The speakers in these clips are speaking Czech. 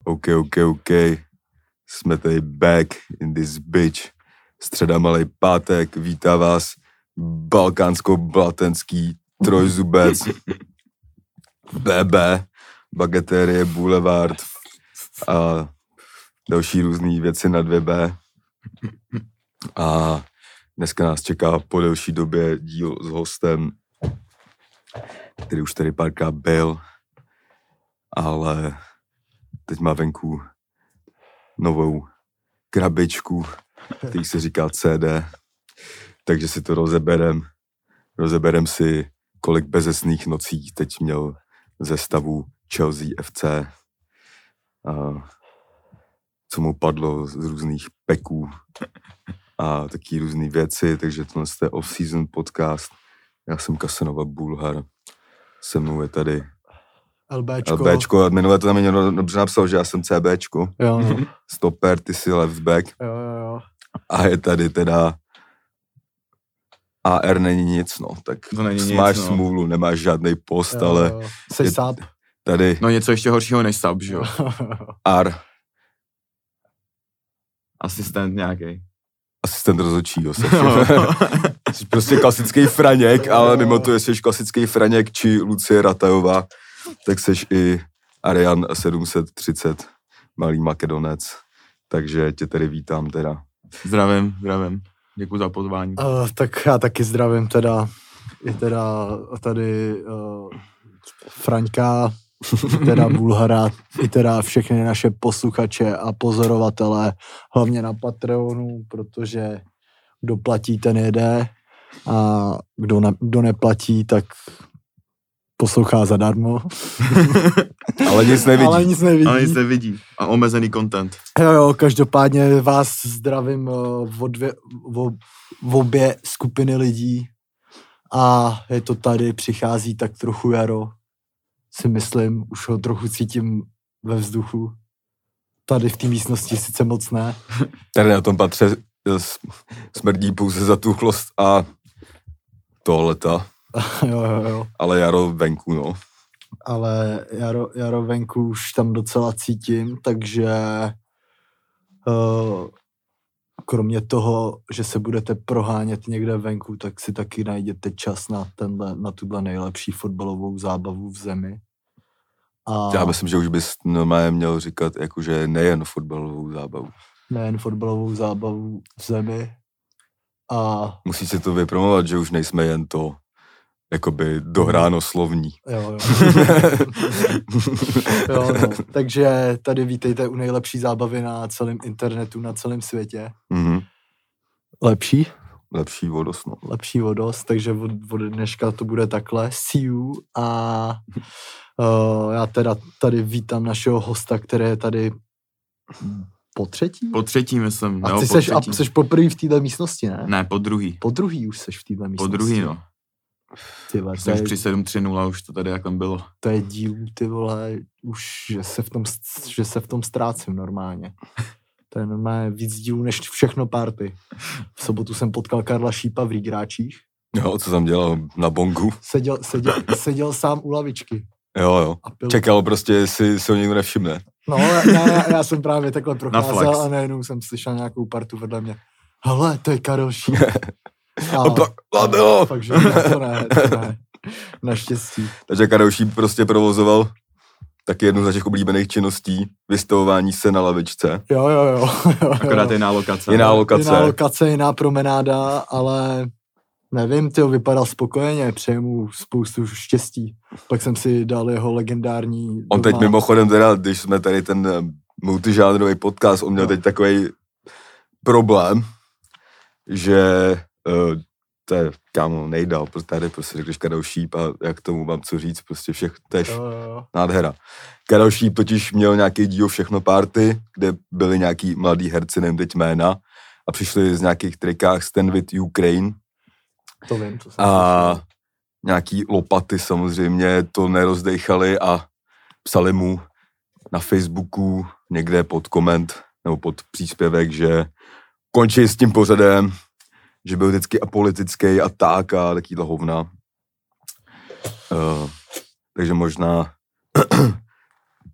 OK. Jsme tady back in this bitch. Středa malej pátek, vítá vás balkánsko-blatenský trojzubec BB, Bagaterie, Boulevard a další různý věci na 2B. A dneska nás čeká po delší době díl s hostem, který už tady párkrát byl, ale teď má venku novou krabičku, který se říká CD, takže si to rozeberem si, kolik bezesných nocí teď měl ze stavu Chelsea FC, a co mu padlo z různých peků a taky různý věci, takže tohle je off-season podcast. Já jsem Casanova Bulhar, se mnou je tady LBčko, a minule to tam někdo dobře napsal, že já jsem CBčko. Jo, no. Stopper, ty jsi left back. Jo. A je tady teda AR není nic, no, tak máš smůlu, nemáš žádnej post, jo, ale jsi sáp. Tady no něco ještě horšího než sáp, že jo? AR. Asistent nějaký. Asistent rozhodčího. Jsi prostě klasický Franěk, ale mimo to, jestli jsi klasický Franěk či Lucie Ratajová, tak seš i Arian 730, malý Makedonec. Takže tě tady vítám teda. Zdravím. Děkuji za pozvání. Tak já taky zdravím i tady Fraňka, teda Bulhara, i teda všechny naše posluchače a pozorovatele, hlavně na Patreonu, protože kdo platí, ten jede a kdo neplatí, tak poslouchá zadarmo. Ale nic nevidí. A omezený content. Jo, každopádně vás zdravím v obě skupiny lidí a je to tady, přichází tak trochu jaro, si myslím, už ho trochu cítím ve vzduchu. Tady v té místnosti sice moc ne. Tady na tom patře smrdí pouze zatuchlost a tohleta. Jo. Ale jaro venku, no. Ale jaro venku už tam docela cítím, takže kromě toho, že se budete prohánět někde venku, tak si taky najděte čas na tuhle nejlepší fotbalovou zábavu v zemi. A já myslím, že už bys normálně měl říkat, jakože nejen fotbalovou zábavu. Nejen fotbalovou zábavu v zemi. A musí se to vypromovat, že už nejsme jen to jakoby dohráno slovní. Jo. Jo, no. Takže tady vítejte u nejlepší zábavy na celém internetu, na celém světě. Mm-hmm. Lepší? Lepší vodost, no. Lepší vodost, takže od dneška to bude takhle. See you. A já teda tady vítám našeho hosta, který je tady po třetí? Po třetí, myslím. A ty seš poprvé v této místnosti, ne? Ne, po druhý. Po druhý už seš v této místnosti. Po druhý, no. Ty vole, jsem už při 7.3.0, už to tady jakem bylo. To je díl, ty vole, už, že se v tom ztrácím normálně. To je normálně víc dílů než všechno party. V sobotu jsem potkal Karla Šípa v Rígráčích. Jo, co jsem dělal na bongu? Seděl sám u lavičky. Jo. Čekal prostě, jestli se ho někdo nevšimne. No, já jsem právě takhle procházel a najednou jsem slyšel nějakou partu vedle mě. Hele, to je Karel Šíp. Takže to ne. Naštěstí. Takže Karel Šíp prostě provozoval taky jednu z těch oblíbených činností, vystavování se na lavičce. Jo. Akorát jiná lokace. Jiná lokace, jiná promenáda, ale nevím, vypadal spokojeně, přeju mu spoustu štěstí. Pak jsem si dal jeho legendární... On teď mimochodem teda, když jsme tady ten multižánrový podcast, on měl teď takový problém, že to je, kámo, nejdál, protože tady prostě řekneš Karel Šíp a jak tomu mám co říct, prostě to je nádhera. Karel Šíp totiž měl nějaký díl Všechno party, kde byli nějaký mladý herci, nevím teď jména, a přišli z nějakých trikách Stand with Ukraine. To vím, co jsem a nějaký lopaty samozřejmě to nerozdejchali a psali mu na Facebooku někde pod koment nebo pod příspěvek, že končí s tím pořadem, že byl vždycky apolitický a tak a takýhle hovna. Takže možná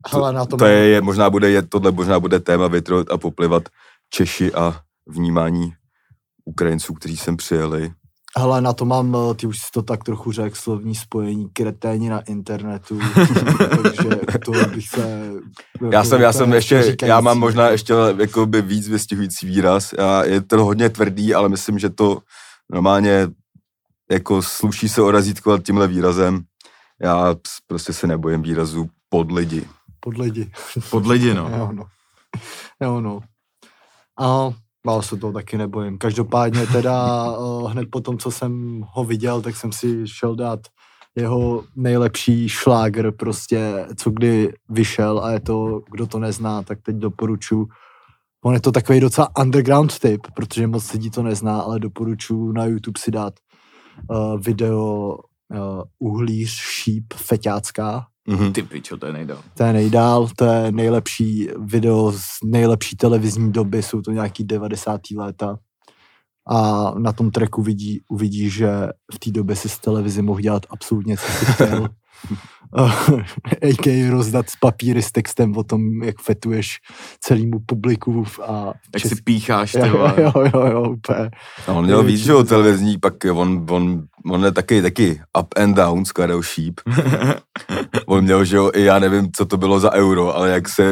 Hele, na tom to je, tohle možná bude téma vytrovat a poplivat Češi a vnímání Ukrajinců, kteří sem přijeli. Hele, na to mám, ty už jsi to tak trochu řekl, slovní spojení kreténi na internetu, takže to bych se... Já mám možná ještě jakoby víc vystihující výraz. Je to hodně tvrdý, ale myslím, že to normálně jako sluší se orazítkovat tímhle výrazem. Já prostě se nebojím výrazu pod lidi. Pod lidi, no. Jo, no. A já se toho taky nebojím. Každopádně teda hned po tom, co jsem ho viděl, tak jsem si šel dát jeho nejlepší šláger prostě, co kdy vyšel a je to, kdo to nezná, tak teď doporučuji. On je to takový docela underground tip, protože moc lidí to nezná, ale doporučuji na YouTube si dát video Uhlíř šíp feťácká. Ty pičo, to je nejdál. To je nejdál, to je nejlepší video z nejlepší televizní doby, jsou to nějaký 90. léta. A na tom tracku uvidí, že v té době si z televizi mohl dělat absolutně, co si chtěl. A.k.a. rozdat z papíry s textem o tom, jak fetuješ celému publiku. A tak si pícháš, ty jo, úplně. A on měl víc, že jo, televizní, pak on je taky up and down s Karel Šíp. On měl, že jo, i já nevím, co to bylo za euro, ale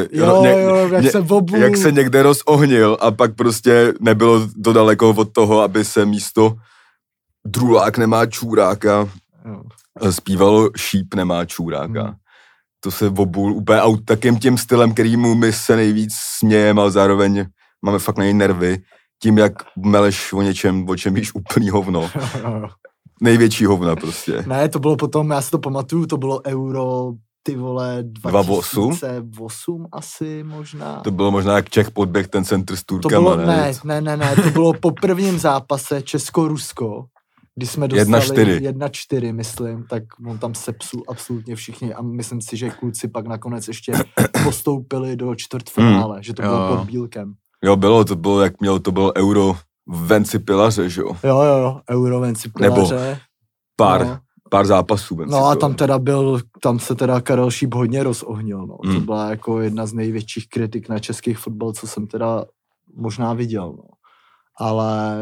jak se někde rozohnil a pak prostě nebylo to daleko od toho, aby se místo Drulák nemá čůráka zpívalo Šíp nemá čůráka. To se obul úplně takým tím stylem, kterýmu my se nejvíc smějeme, ale zároveň máme fakt na něj nervy, tím, jak meleš o něčem, o čem víš úplný hovno. Největší hovna prostě. Ne, to bylo potom, já si to pamatuju, to bylo euro, ty vole, 2008 asi možná. To bylo možná jak Čech podběh ten centr s Turkama, ne, to bylo po prvním zápase Česko-Rusko, když jsme dostali 1-4, myslím, tak on tam sepsul absolutně všichni a myslím si, že kluci pak nakonec ještě postoupili do čtvrtfinále, že to bylo pod Bílkem. Jo, to bylo euro venci pilaře, že jo? Jo, euro venci pilaře. Nebo pár zápasů venci pilaře. A tam se teda Karel Šíp hodně rozohnil, no. To byla jako jedna z největších kritik na český fotbal, co jsem teda možná viděl, no. Ale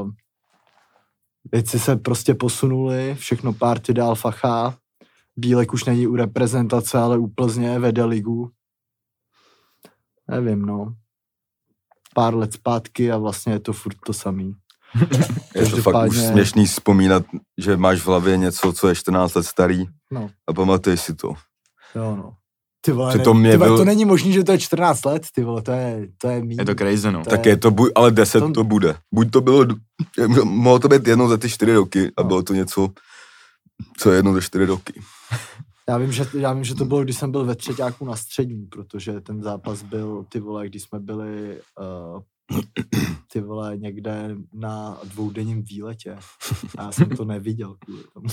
věci se prostě posunuly, všechno party dál fachá. Bílek už není u reprezentace, ale u Plzně vede ligu. Nevím, no. Pár let zpátky a vlastně je to furt to samý. Je to fakt už směšný vzpomínat, že máš v hlavě něco, co je 14 let starý a pamatuješ si to. Jo, no. Ty vole, to není možný, že to je 14 let, ty vole, to je mý. Je to crazy, no. Tak je to, ale 10 to bude. Buď to bylo, mohlo to být jednou za ty 4 roky a bylo to něco, co je jednou za 4 roky. Já vím, že to bylo, když jsem byl ve třeťáku na střední, protože ten zápas byl, ty vole, když jsme byli ty vole někde na 2denním výletě. A já jsem to neviděl kvůli tomu.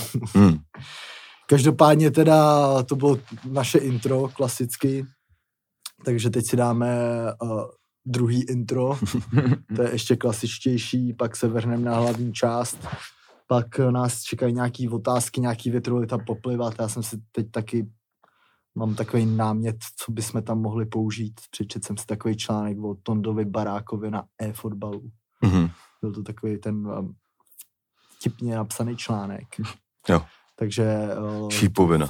Každopádně teda to bylo naše intro klasicky, takže teď si dáme druhý intro, to je ještě klasičtější, pak se vrhneme na hlavní část, pak nás čekají nějaký otázky, nějaký větrolita poplivat, já jsem si teď taky, mám takový námět, co bychom tam mohli použít, přečetl jsem si takový článek o Tondovi Barákovi na e-fotbalu. Byl to takový ten vtipně napsaný článek. Jo. Takže šípovina.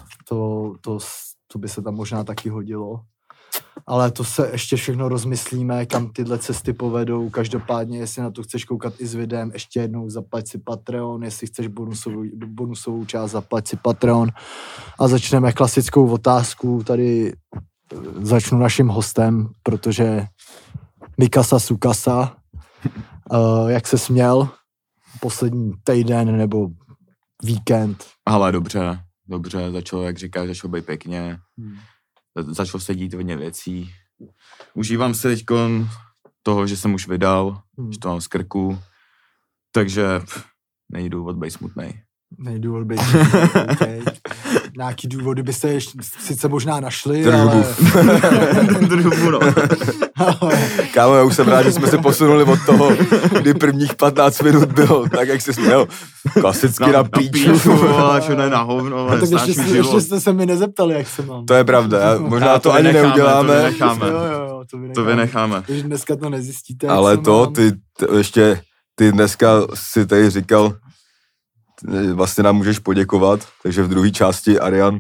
To by se tam možná taky hodilo. Ale to se ještě všechno rozmyslíme, kam tyhle cesty povedou. Každopádně, jestli na to chceš koukat i s videem, ještě jednou zaplať si Patreon, jestli chceš bonusovou část, zaplať si Patreon. A začneme klasickou otázku. Tady začnu naším hostem, protože Mikasa Sukasa, jak se směl poslední týden nebo víkend? Ale dobře, začal, jak říkáš, začal být pěkně, začal se dít hodně věcí. Užívám se teďkon toho, že jsem už vydal, že to mám z krku, takže není důvod být smutnej. Není důvod být smutnej, okay. nějaký důvody byste sice možná našli, Trhubu. ale... Trhubu, no. Kámo, já už jsem rád, že jsme se posunuli od toho, kdy prvních 15 minut bylo tak, jak jsi směl. Klasicky na píču. Ale čo ne na hovno, ale tak snáš mi ještě život. jste se mi nezeptali, jak se mám. To je pravda, možná to ani vynecháme, neuděláme. To vynecháme. Jo, To vynecháme. Když dneska to nezjistíte, jak Ale se to, mám. ty dneska si tady říkal, vlastně nám můžeš poděkovat, takže v druhé části Arian,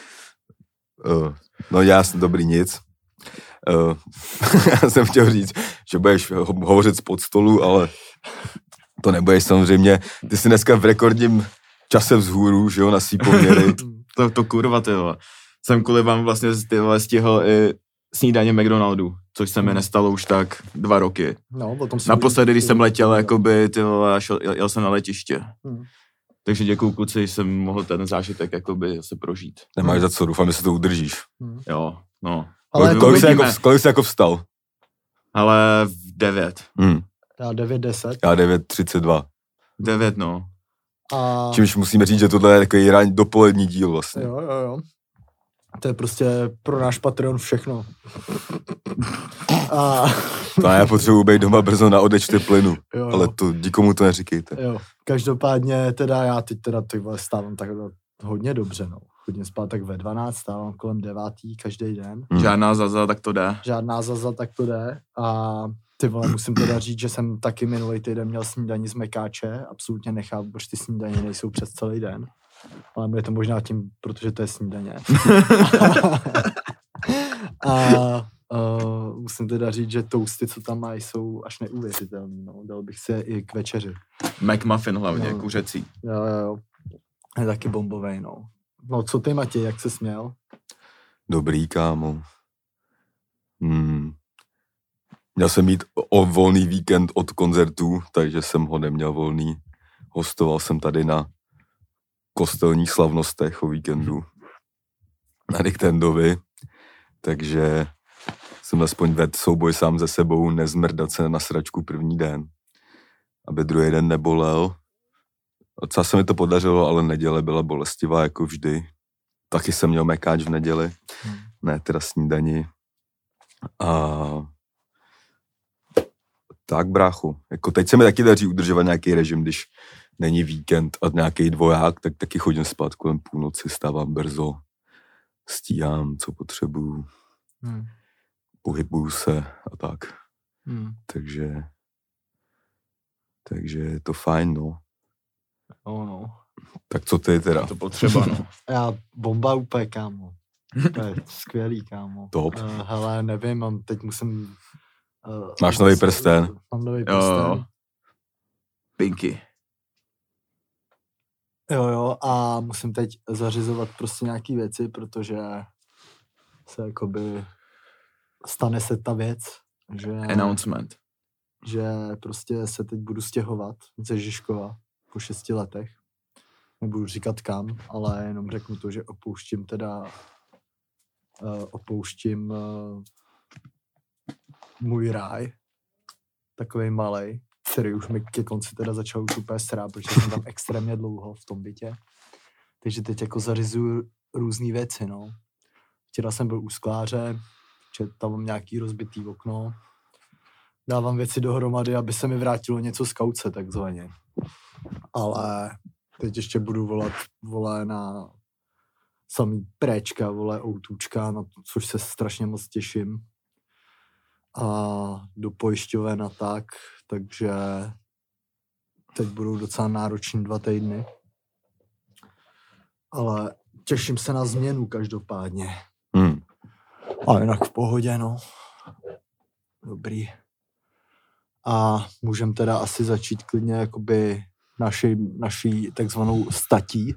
no jasně, dobrý, nic. Já jsem chtěl říct, že budeš hovořit spod stolu, ale to nebudeš samozřejmě. Ty jsi dneska v rekordním čase vzhůru, že jo, na svý poměry. To kurva, ty vole. Jsem kvůli vám vlastně ty vole stihl i snídaně McDonaldu, což se mi nestalo už tak 2 roky. No, potom Naposledy, když jsem letěl, jakoby, ty vole, jel jsem na letiště. Hmm. Takže děkuju kluci, že jsem mohl ten zážitek jakoby se prožít. Nemáš za co, doufám, že se to udržíš. Jo, no. Ale Kolik jsi jako vstal? Ale v 9. Já 9:10. Já 9:32. 9, no. A... Čímž musíme říct, že tohle je takový ranní dopolední díl vlastně. Jo. To je prostě pro náš Patreon všechno. A... To já potřebuji být doma brzo na odečty plynu, Jo. ale to nikomu to neříkejte. Jo, každopádně teda já teď teda ty vole stávám tak hodně dobře, no. Chodím spát tak ve 12, stávám kolem 9 každý den. Žádná zaza, tak to jde. Žádná zaza, tak to jde. A ty vole, musím teda říct, že jsem taky minulý týden měl snídaní z Mekáče. Absolutně nechápu, proč ty snídaně nejsou přes celý den. Ale bude to možná tím, protože to je snídaně. Musím teda říct, že toasty, co tam mají, jsou až neuvěřitelný. No. Dal bych si je i k večeři. McMuffin hlavně, No. kuřecí. Jo. Je taky bombovej, no. No, co ty, Matěj, jak jsi směl? Dobrý, kámo. Měl jsem mít volný víkend od koncertů, takže jsem ho neměl volný. Hostoval jsem tady na kostelních slavnostech o víkendu na Diktendovi, takže jsem aspoň vedl souboj sám ze sebou, nezmrdat se na sračku první den, aby druhý den nebolel. Docela se mi to podařilo, ale neděle byla bolestivá jako vždy. Taky jsem měl mekáč v neděli, ne teda snídani. A tak, bráchu, jako teď se mi taky daří udržovat nějaký režim, když není víkend a nějaký dvoják, tak taky chodím spát kolem půlnoci, stávám brzo, stíhám, co potřebuju, pohybuju se a tak. Takže je to fajn, no. No. Tak co ty teda? To potřeba, no. Já bomba úplně, kámo. To je skvělý, kámo. Top. Hele, nevím, teď musím... Máš nový prsten? Mám nový prsten. Jo. Pinky. Jo, a musím teď zařizovat prostě nějaký věci, protože se jakoby stane se ta věc, že... Announcement. Že prostě se teď budu stěhovat ze Žižkova po 6 letech. Nebudu říkat kam, ale jenom řeknu to, že opouštím můj ráj, takovej malej, který už mi ke konci teda začal už úplně srát, protože jsem tam extrémně dlouho v tom bytě. Takže teď jako zařizuju různý věci, no. Včera jsem byl u skláře, tam mám nějaký rozbitý okno, dávám věci dohromady, aby se mi vrátilo něco z kauce, takzvaně. Ale teď ještě budu volat na samý préčka, outůčka, na to, což se strašně moc těším. A do pojišťoven a tak, takže teď budou docela náročný 2 týdny. Ale těším se na změnu každopádně. A jinak v pohodě, no. Dobrý. A můžeme teda asi začít klidně jakoby naší takzvanou statí.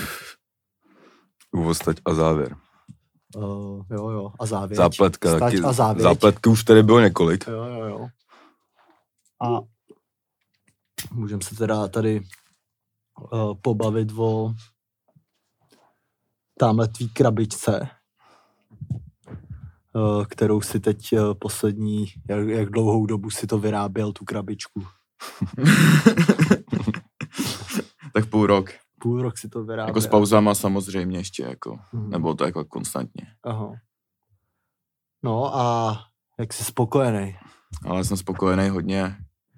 Úvod, stať a závěr. Jo. A závěť. Zápletka Stať taky. a závěť. Zápletky už tady bylo několik. Jo. A můžeme se teda tady pobavit o támhle tvý krabičce, kterou si teď poslední, jak dlouhou dobu si to vyráběl, tu krabičku. Tak půl rok. půl rok si to vyráběl. Jako s pauzama samozřejmě ještě, jako, nebo to jako konstantně. Aha. No a jak jsi spokojený? Ale jsem spokojený hodně.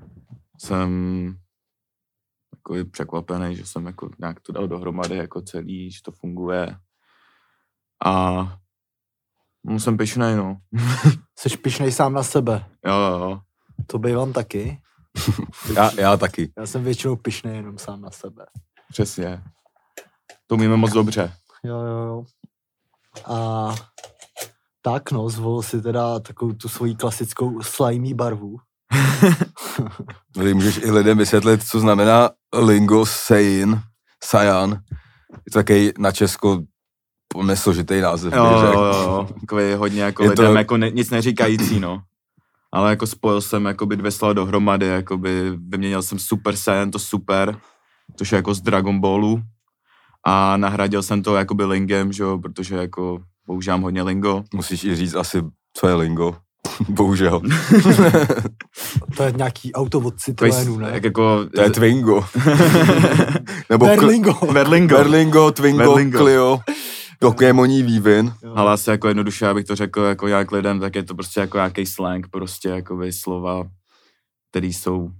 Jsem jako překvapený, že jsem jako nějak to dal dohromady jako celý, že to funguje. A jsem pyšnej, no. Jsi pyšnej sám na sebe. Jo. To bývám taky. Já taky. Já jsem většinou pyšnej jenom sám na sebe. Přesně. To umíme moc dobře. Jo. A tak no, zvolil si teda takovou tu svoji klasickou slimy barvu. Tady můžeš i lidem vysvětlit, co znamená lingo cyan. Je to takový na Česko nesložitý název. Jo. Takový hodně jako lidem jako nic neříkající, no. Ale jako spojil jsem jakoby 2 slova dohromady, jakoby vyměnil jsem Super Saiyan, to super, což je jako z Dragon Ballu. A nahradil jsem to jakoby lingem, že jo, protože jako používám hodně lingo. Musíš i říct asi, co je lingo. Bohužel. To je nějaký auto od Citroenu, ne? Jako, to je Twingo. Nebo Berlingo, Twingo, Clio. Pokémoní vývin. Ale asi jako jednoduše, abych to řekl jako nějak lidem, tak je to prostě jako nějaký slang, prostě jakoby slova, který jsou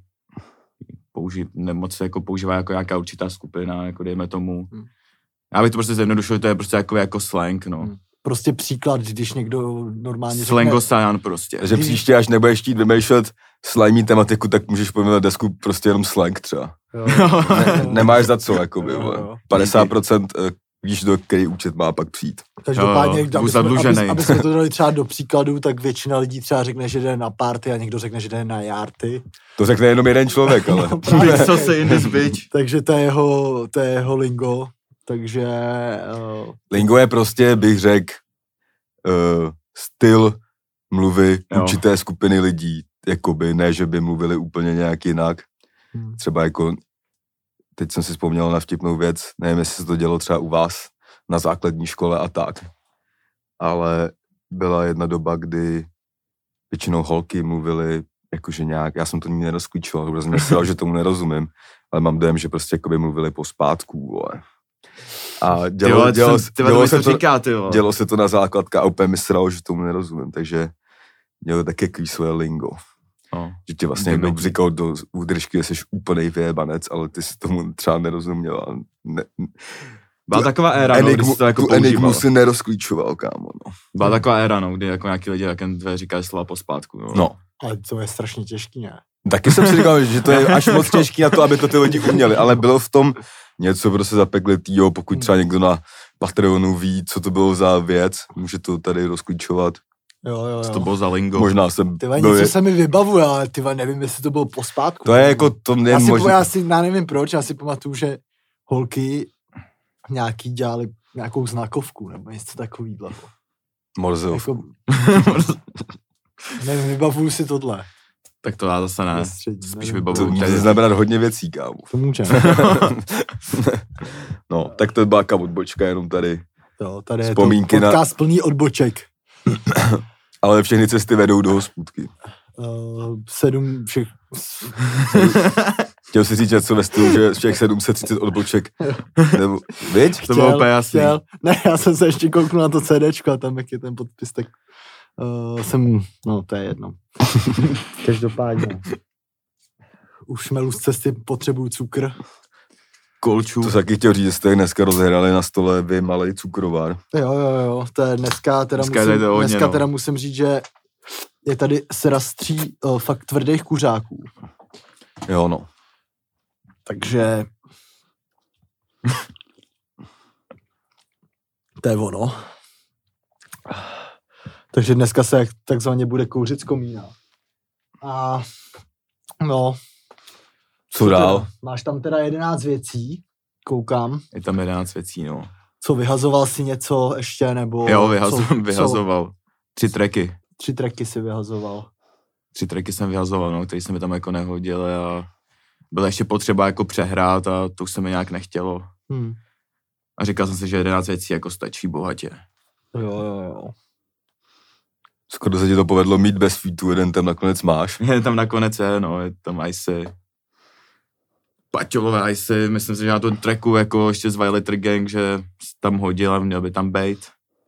nemoc jako používá jako nějaká určitá skupina, jako dejme tomu. Já bych to prostě zjednodušil, to je prostě jako slang, no. Prostě příklad, když někdo normálně Slango Saiyan prostě. Takže příště, až nebudeš chtít vymýšlet slimy tematiku, tak můžeš pojmenovat desku prostě jenom slang třeba. Nemáš za co, jakoby. 50% víš, do který účet má pak přijít. Každopádně, aby jsme to dali třeba do příkladu, tak většina lidí třeba řekne, že jde na party a někdo řekne, že jde na jarty. To řekne jenom jeden člověk, ale. Co se in this bitch. Takže to je jeho lingo. Takže... Lingo je prostě, bych řekl, styl mluvy určité skupiny lidí. Jakoby, ne, že by mluvili úplně nějak jinak. Třeba jako, teď jsem si vzpomněl na vtipnou věc, nevím, jestli se to dělo třeba u vás na základní škole a tak. Ale byla jedna doba, kdy většinou holky mluvily jakože nějak, já jsem to nikdy nerozklíčoval, protože jsem myslel, že tomu nerozumím, ale mám dojem, že prostě jakoby mluvili pospátku, vole. A dělo se to na základka a úplně myslel, že tomu nerozumím, takže mělo také své lingo. Že tě vlastně někdo říkal do údržky, že jsi úplnej vyjebanec, ale ty si tomu třeba nerozuměl. Byla taková éra, kdy jsi to jako používal. Enigmu si nerozklíčoval, kámo, no. Byla taková éra, kdy jako nějaký lidi jak dvě říkají slova pospátku. No. Ale to je strašně těžký, ne? Taky jsem si říkal, že to je až moc těžký na to, aby to ty lidi uměli, ale bylo v tom něco prostě zapeklitýho, pokud třeba někdo na Patreonu ví, co to bylo za věc, může to tady rozklíčovat. Jo. Co to bylo za lingo? Možná jsem... Něco se mi vybavuje, ale nevím, jestli to bylo pospátku. To je jako, to já nevím proč, já si pamatuju, že holky nějaký dělali nějakou znakovku, nebo něco takovýhle. Morzovku. Jako, nevím, vybavuju si tohle. Tak to já zase ne. Spíš vybavuju. To může znamenat hodně věcí, kámo. To může. No, tak to byla odbočka, jenom tady. Jo, tady je to podcast plný odboček. Ale všechny cesty vedou do hospůdky. 7 všech... Chtěl si říct něco ve stylu, že všech 730 odboček. Nebo, viď? To bylo úplně jasný. Ne, já jsem se ještě kouknul na to CDčko a tam, jak je ten podpis, tak to je jedno. Každopádně. Už šmelu z cesty potřebuju cukr. Kolčů. To taky chtěl říct, že jste dneska rozehrali na stole vy malej cukrovar. Jo, to je dneska teda musím říct, že je tady sraz 3 fakt tvrdých kuřáků. Jo, no. Takže to je ono. Takže dneska se takzvaně bude kouřit z komína. A no. Co dál? Máš tam teda 11 věcí, koukám. Je tam 11 věcí, no. Co, vyhazoval si něco ještě, nebo... Jo, vyhazoval. 3 tracky. 3 tracky si vyhazoval. 3 tracky jsem vyhazoval, no, který se mi tam jako nehodily a bylo ještě potřeba jako přehrát a to už se mi nějak nechtělo. A říkal jsem si, že 11 věcí jako stačí bohatě. Jo. Skoro se ti to povedlo mít bez featu, jeden tam nakonec máš. Jeden tam nakonec je, no, je tam Icy. Paťové Icy, myslím si, že na tom tracku jako ještě z Violator Gang, že tam hodil a měl by tam bejt.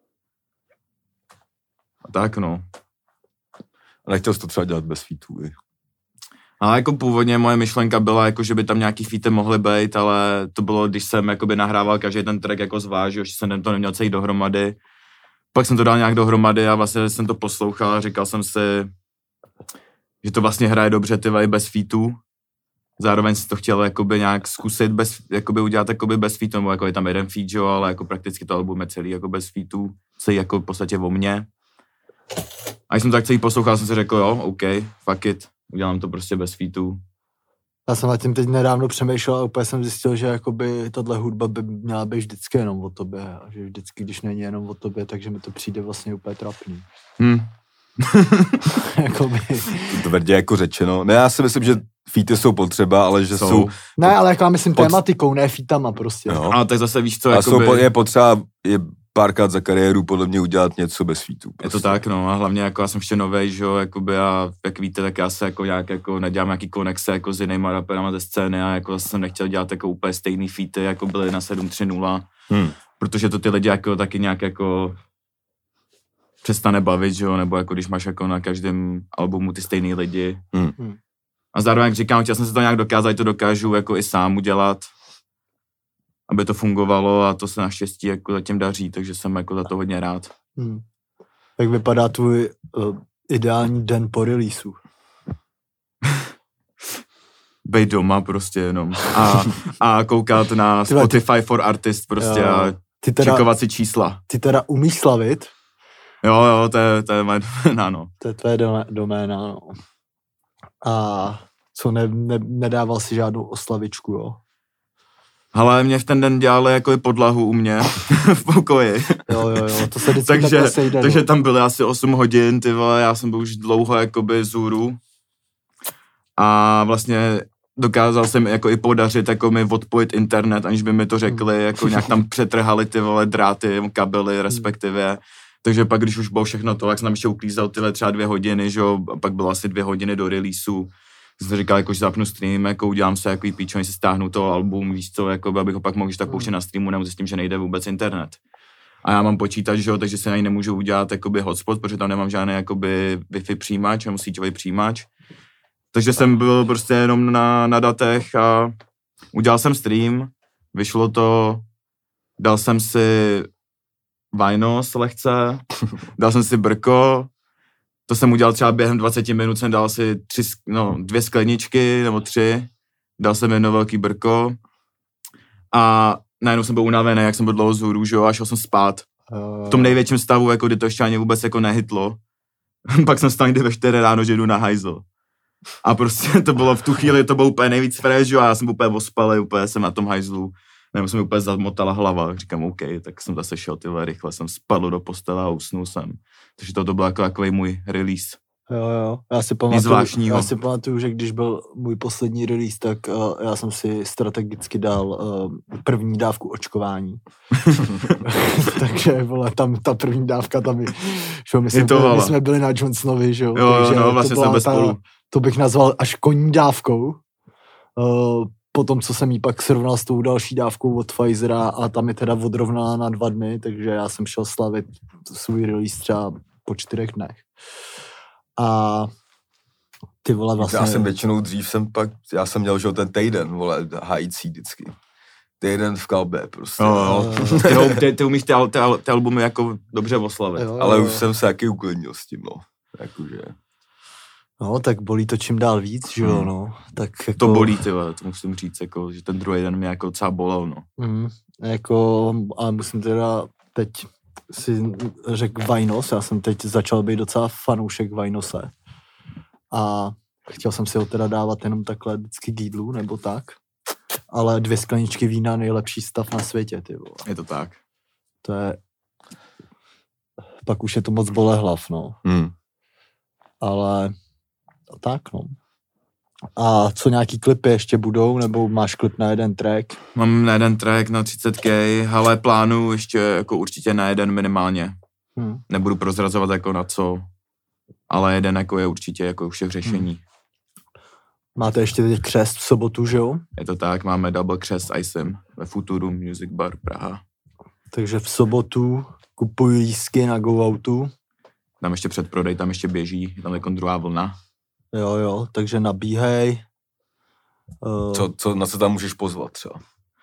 A tak no. A nechtěl jsi to třeba dělat bez featů, Ale jako původně moje myšlenka byla, jako, že by tam nějaký featy mohly být, ale to bylo, když jsem jakoby nahrával každý ten track jako zvlášť, že jsem to neměl celý dohromady. Pak jsem to dal nějak dohromady a vlastně jsem to poslouchal a říkal jsem si, že to vlastně hraje dobře ty bez featů. Zároveň si to chtěl jakoby nějak zkusit jakoby udělat jakoby bez featů, nebo jako je tam jeden feat, jo, ale jako prakticky to album je celý jako bez featů, celý jako v podstatě o mně. A když jsem tak celý poslouchal, jsem si řekl, jo, OK, fuck it, udělám to prostě bez featů. Já jsem nad tím teď nedávno přemýšlel a úplně jsem zjistil, že jakoby tahle hudba by měla být vždycky jenom o tobě a že vždycky, když není jenom o tobě, takže mi to přijde vlastně úplně trapný. Jakoby. Tvrdě jako řečeno. Ne, já si myslím, že featy jsou potřeba, ale že jsou... Ne, ale jako já myslím tématikou, ne featama prostě. No. Ale tak zase víš co, a jakoby... je potřeba párkrát za kariéru podle mě udělat něco bez featů. Prostě. Je to tak, no, a hlavně jako já jsem ještě novej, že jo, jakoby a jak víte, tak já se jako nějak jako nedělám nějaký konexe jako s jinýma raperama ze scény a jako jsem nechtěl dělat jako úplně stejný featy, jako byly na 730, protože to ty lidi jako taky nějak jako přestane bavit, že jo, nebo jako když máš jako na každém albumu ty stejný lidi. A zároveň, jak říkám, chtěl jsem se to nějak dokázat, to dokážu jako i sám udělat, aby to fungovalo a to se naštěstí jako zatím daří, takže jsem jako za to hodně rád. Jak vypadá tvůj ideální den po releaseu? Bejt doma prostě jenom a koukat na Spotify for Artists prostě a čekovat si čísla. Ty teda umíš slavit? Jo, to je moje doména, no. To je tvoje doména, no. A co, nedával si žádnou oslavičku, jo? Ale mě v ten den dělali jako i podlahu u mě v pokoji. Jo, to se vždycky takhle sejde. Takže tam byly asi 8 hodin, ty vole, já jsem byl už dlouho jakoby z hůru. A vlastně dokázal jsem jako i podařit jako mi odpojit internet, aniž by mi to řekli, jako nějak tam přetrhali ty vole dráty, kabely respektive. Takže pak, když už bylo všechno to, jak jsem tam ještě uklízel tyhle třeba 2 hodiny, že jo, a pak bylo asi 2 hodiny do releaseu. Jsem říkal, jako, že zapnu stream, jako udělám se jako píčo, než si stáhnu to album, víš co, jako, abych ho pak mohl tak pouštět na streamu, nebo s tím, že nejde vůbec internet. A já mám počítač, že jo, takže se na ní nemůžu udělat jakoby hotspot, protože tam nemám žádný jakoby Wi-Fi přijímač, nebo síťový přijímač. Takže jsem byl prostě jenom na datech a udělal jsem stream, vyšlo to, dal jsem si Vinos lehce, dal jsem si Brko, to jsem udělal třeba během 20 minut, jsem dal si 2 skleničky nebo 3, dal jsem jedno velký Brko a najednou jsem byl unavený, jak jsem byl dlouho z hůru, že jo, a šel jsem spát. V tom největším stavu, jako kdy to ještě ani vůbec jako nehytlo. Pak jsem stál někdy ve 4 ráno, že jdu na hajzl. A prostě to bylo v tu chvíli, to bylo úplně nejvíc fresh, a já jsem úplně ospalý, úplně jsem na tom hajzlu. Nebo jsem mi úplně zamotala hlava, říkám OK, tak jsem zase šel rychle, jsem spadl do postele a usnul jsem. Takže to byl jako takový můj release. Jo, já si pamatuju, že když byl můj poslední release, tak já jsem si strategicky dal první dávku očkování. Takže vole, tam ta první dávka tam my jsme byli na Johnsonovi, že jo. Jo, no, vlastně jsme bez spolu. To bych nazval až konní dávkou. Potom, co jsem jí pak srovnal s tou další dávkou od Pfizera a tam je teda odrovnala na 2 dny, takže já jsem šel slavit svůj release třeba po 4 dnech. A ty vole vlastně... Já jsem většinou dřív já jsem měl, že ten týden, vole, hající vždycky. Týden v kalbě prostě. Ty umíš ty albumy jako dobře oslavit. Ale už jsem se taky uklidnil s tím, no. Jakože... No, tak bolí to čím dál víc, že jo, no. Tak jako... To bolí, tyhle, to musím říct, jako, že ten druhý den mě jako docela bolel, no. Jako, a musím teda teď si řekl Vinos, já jsem teď začal být docela fanoušek Vinose. A chtěl jsem si ho teda dávat jenom takhle vždycky k jídlu, nebo tak. Ale 2 skleničky vína, nejlepší stav na světě, ty vole. Je to tak. To je... Pak už je to moc bole hlav, no. Ale... Tak, no. A co, nějaký klipy ještě budou, nebo máš klip na jeden track? Mám na jeden track na 30K, ale plánuju ještě jako určitě na jeden minimálně. Nebudu prozrazovat jako na co, ale jeden jako je určitě jako už je v řešení. Máte ještě teď křest v sobotu, že jo? Je to tak, máme double křest s Icem ve Futuru Music Bar Praha. Takže v sobotu kupuju lístky na Go Outu. Tam ještě předprodej, tam ještě běží, tam je druhá vlna. Jo, takže nabíhej. Na co tam můžeš pozvat třeba?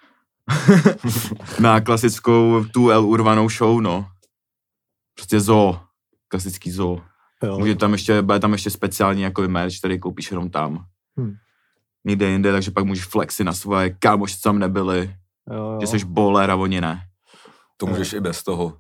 Na klasickou tu El Urbanou show, no. Prostě zoo, klasický zoo. Bude tam ještě speciální jako merch, který koupíš jenom tam. Nikde jinde, takže pak můžeš flexit na svoje kámoši, co tam nebyli. Jo. Že jsi bowler a oni ne. To můžeš i bez toho.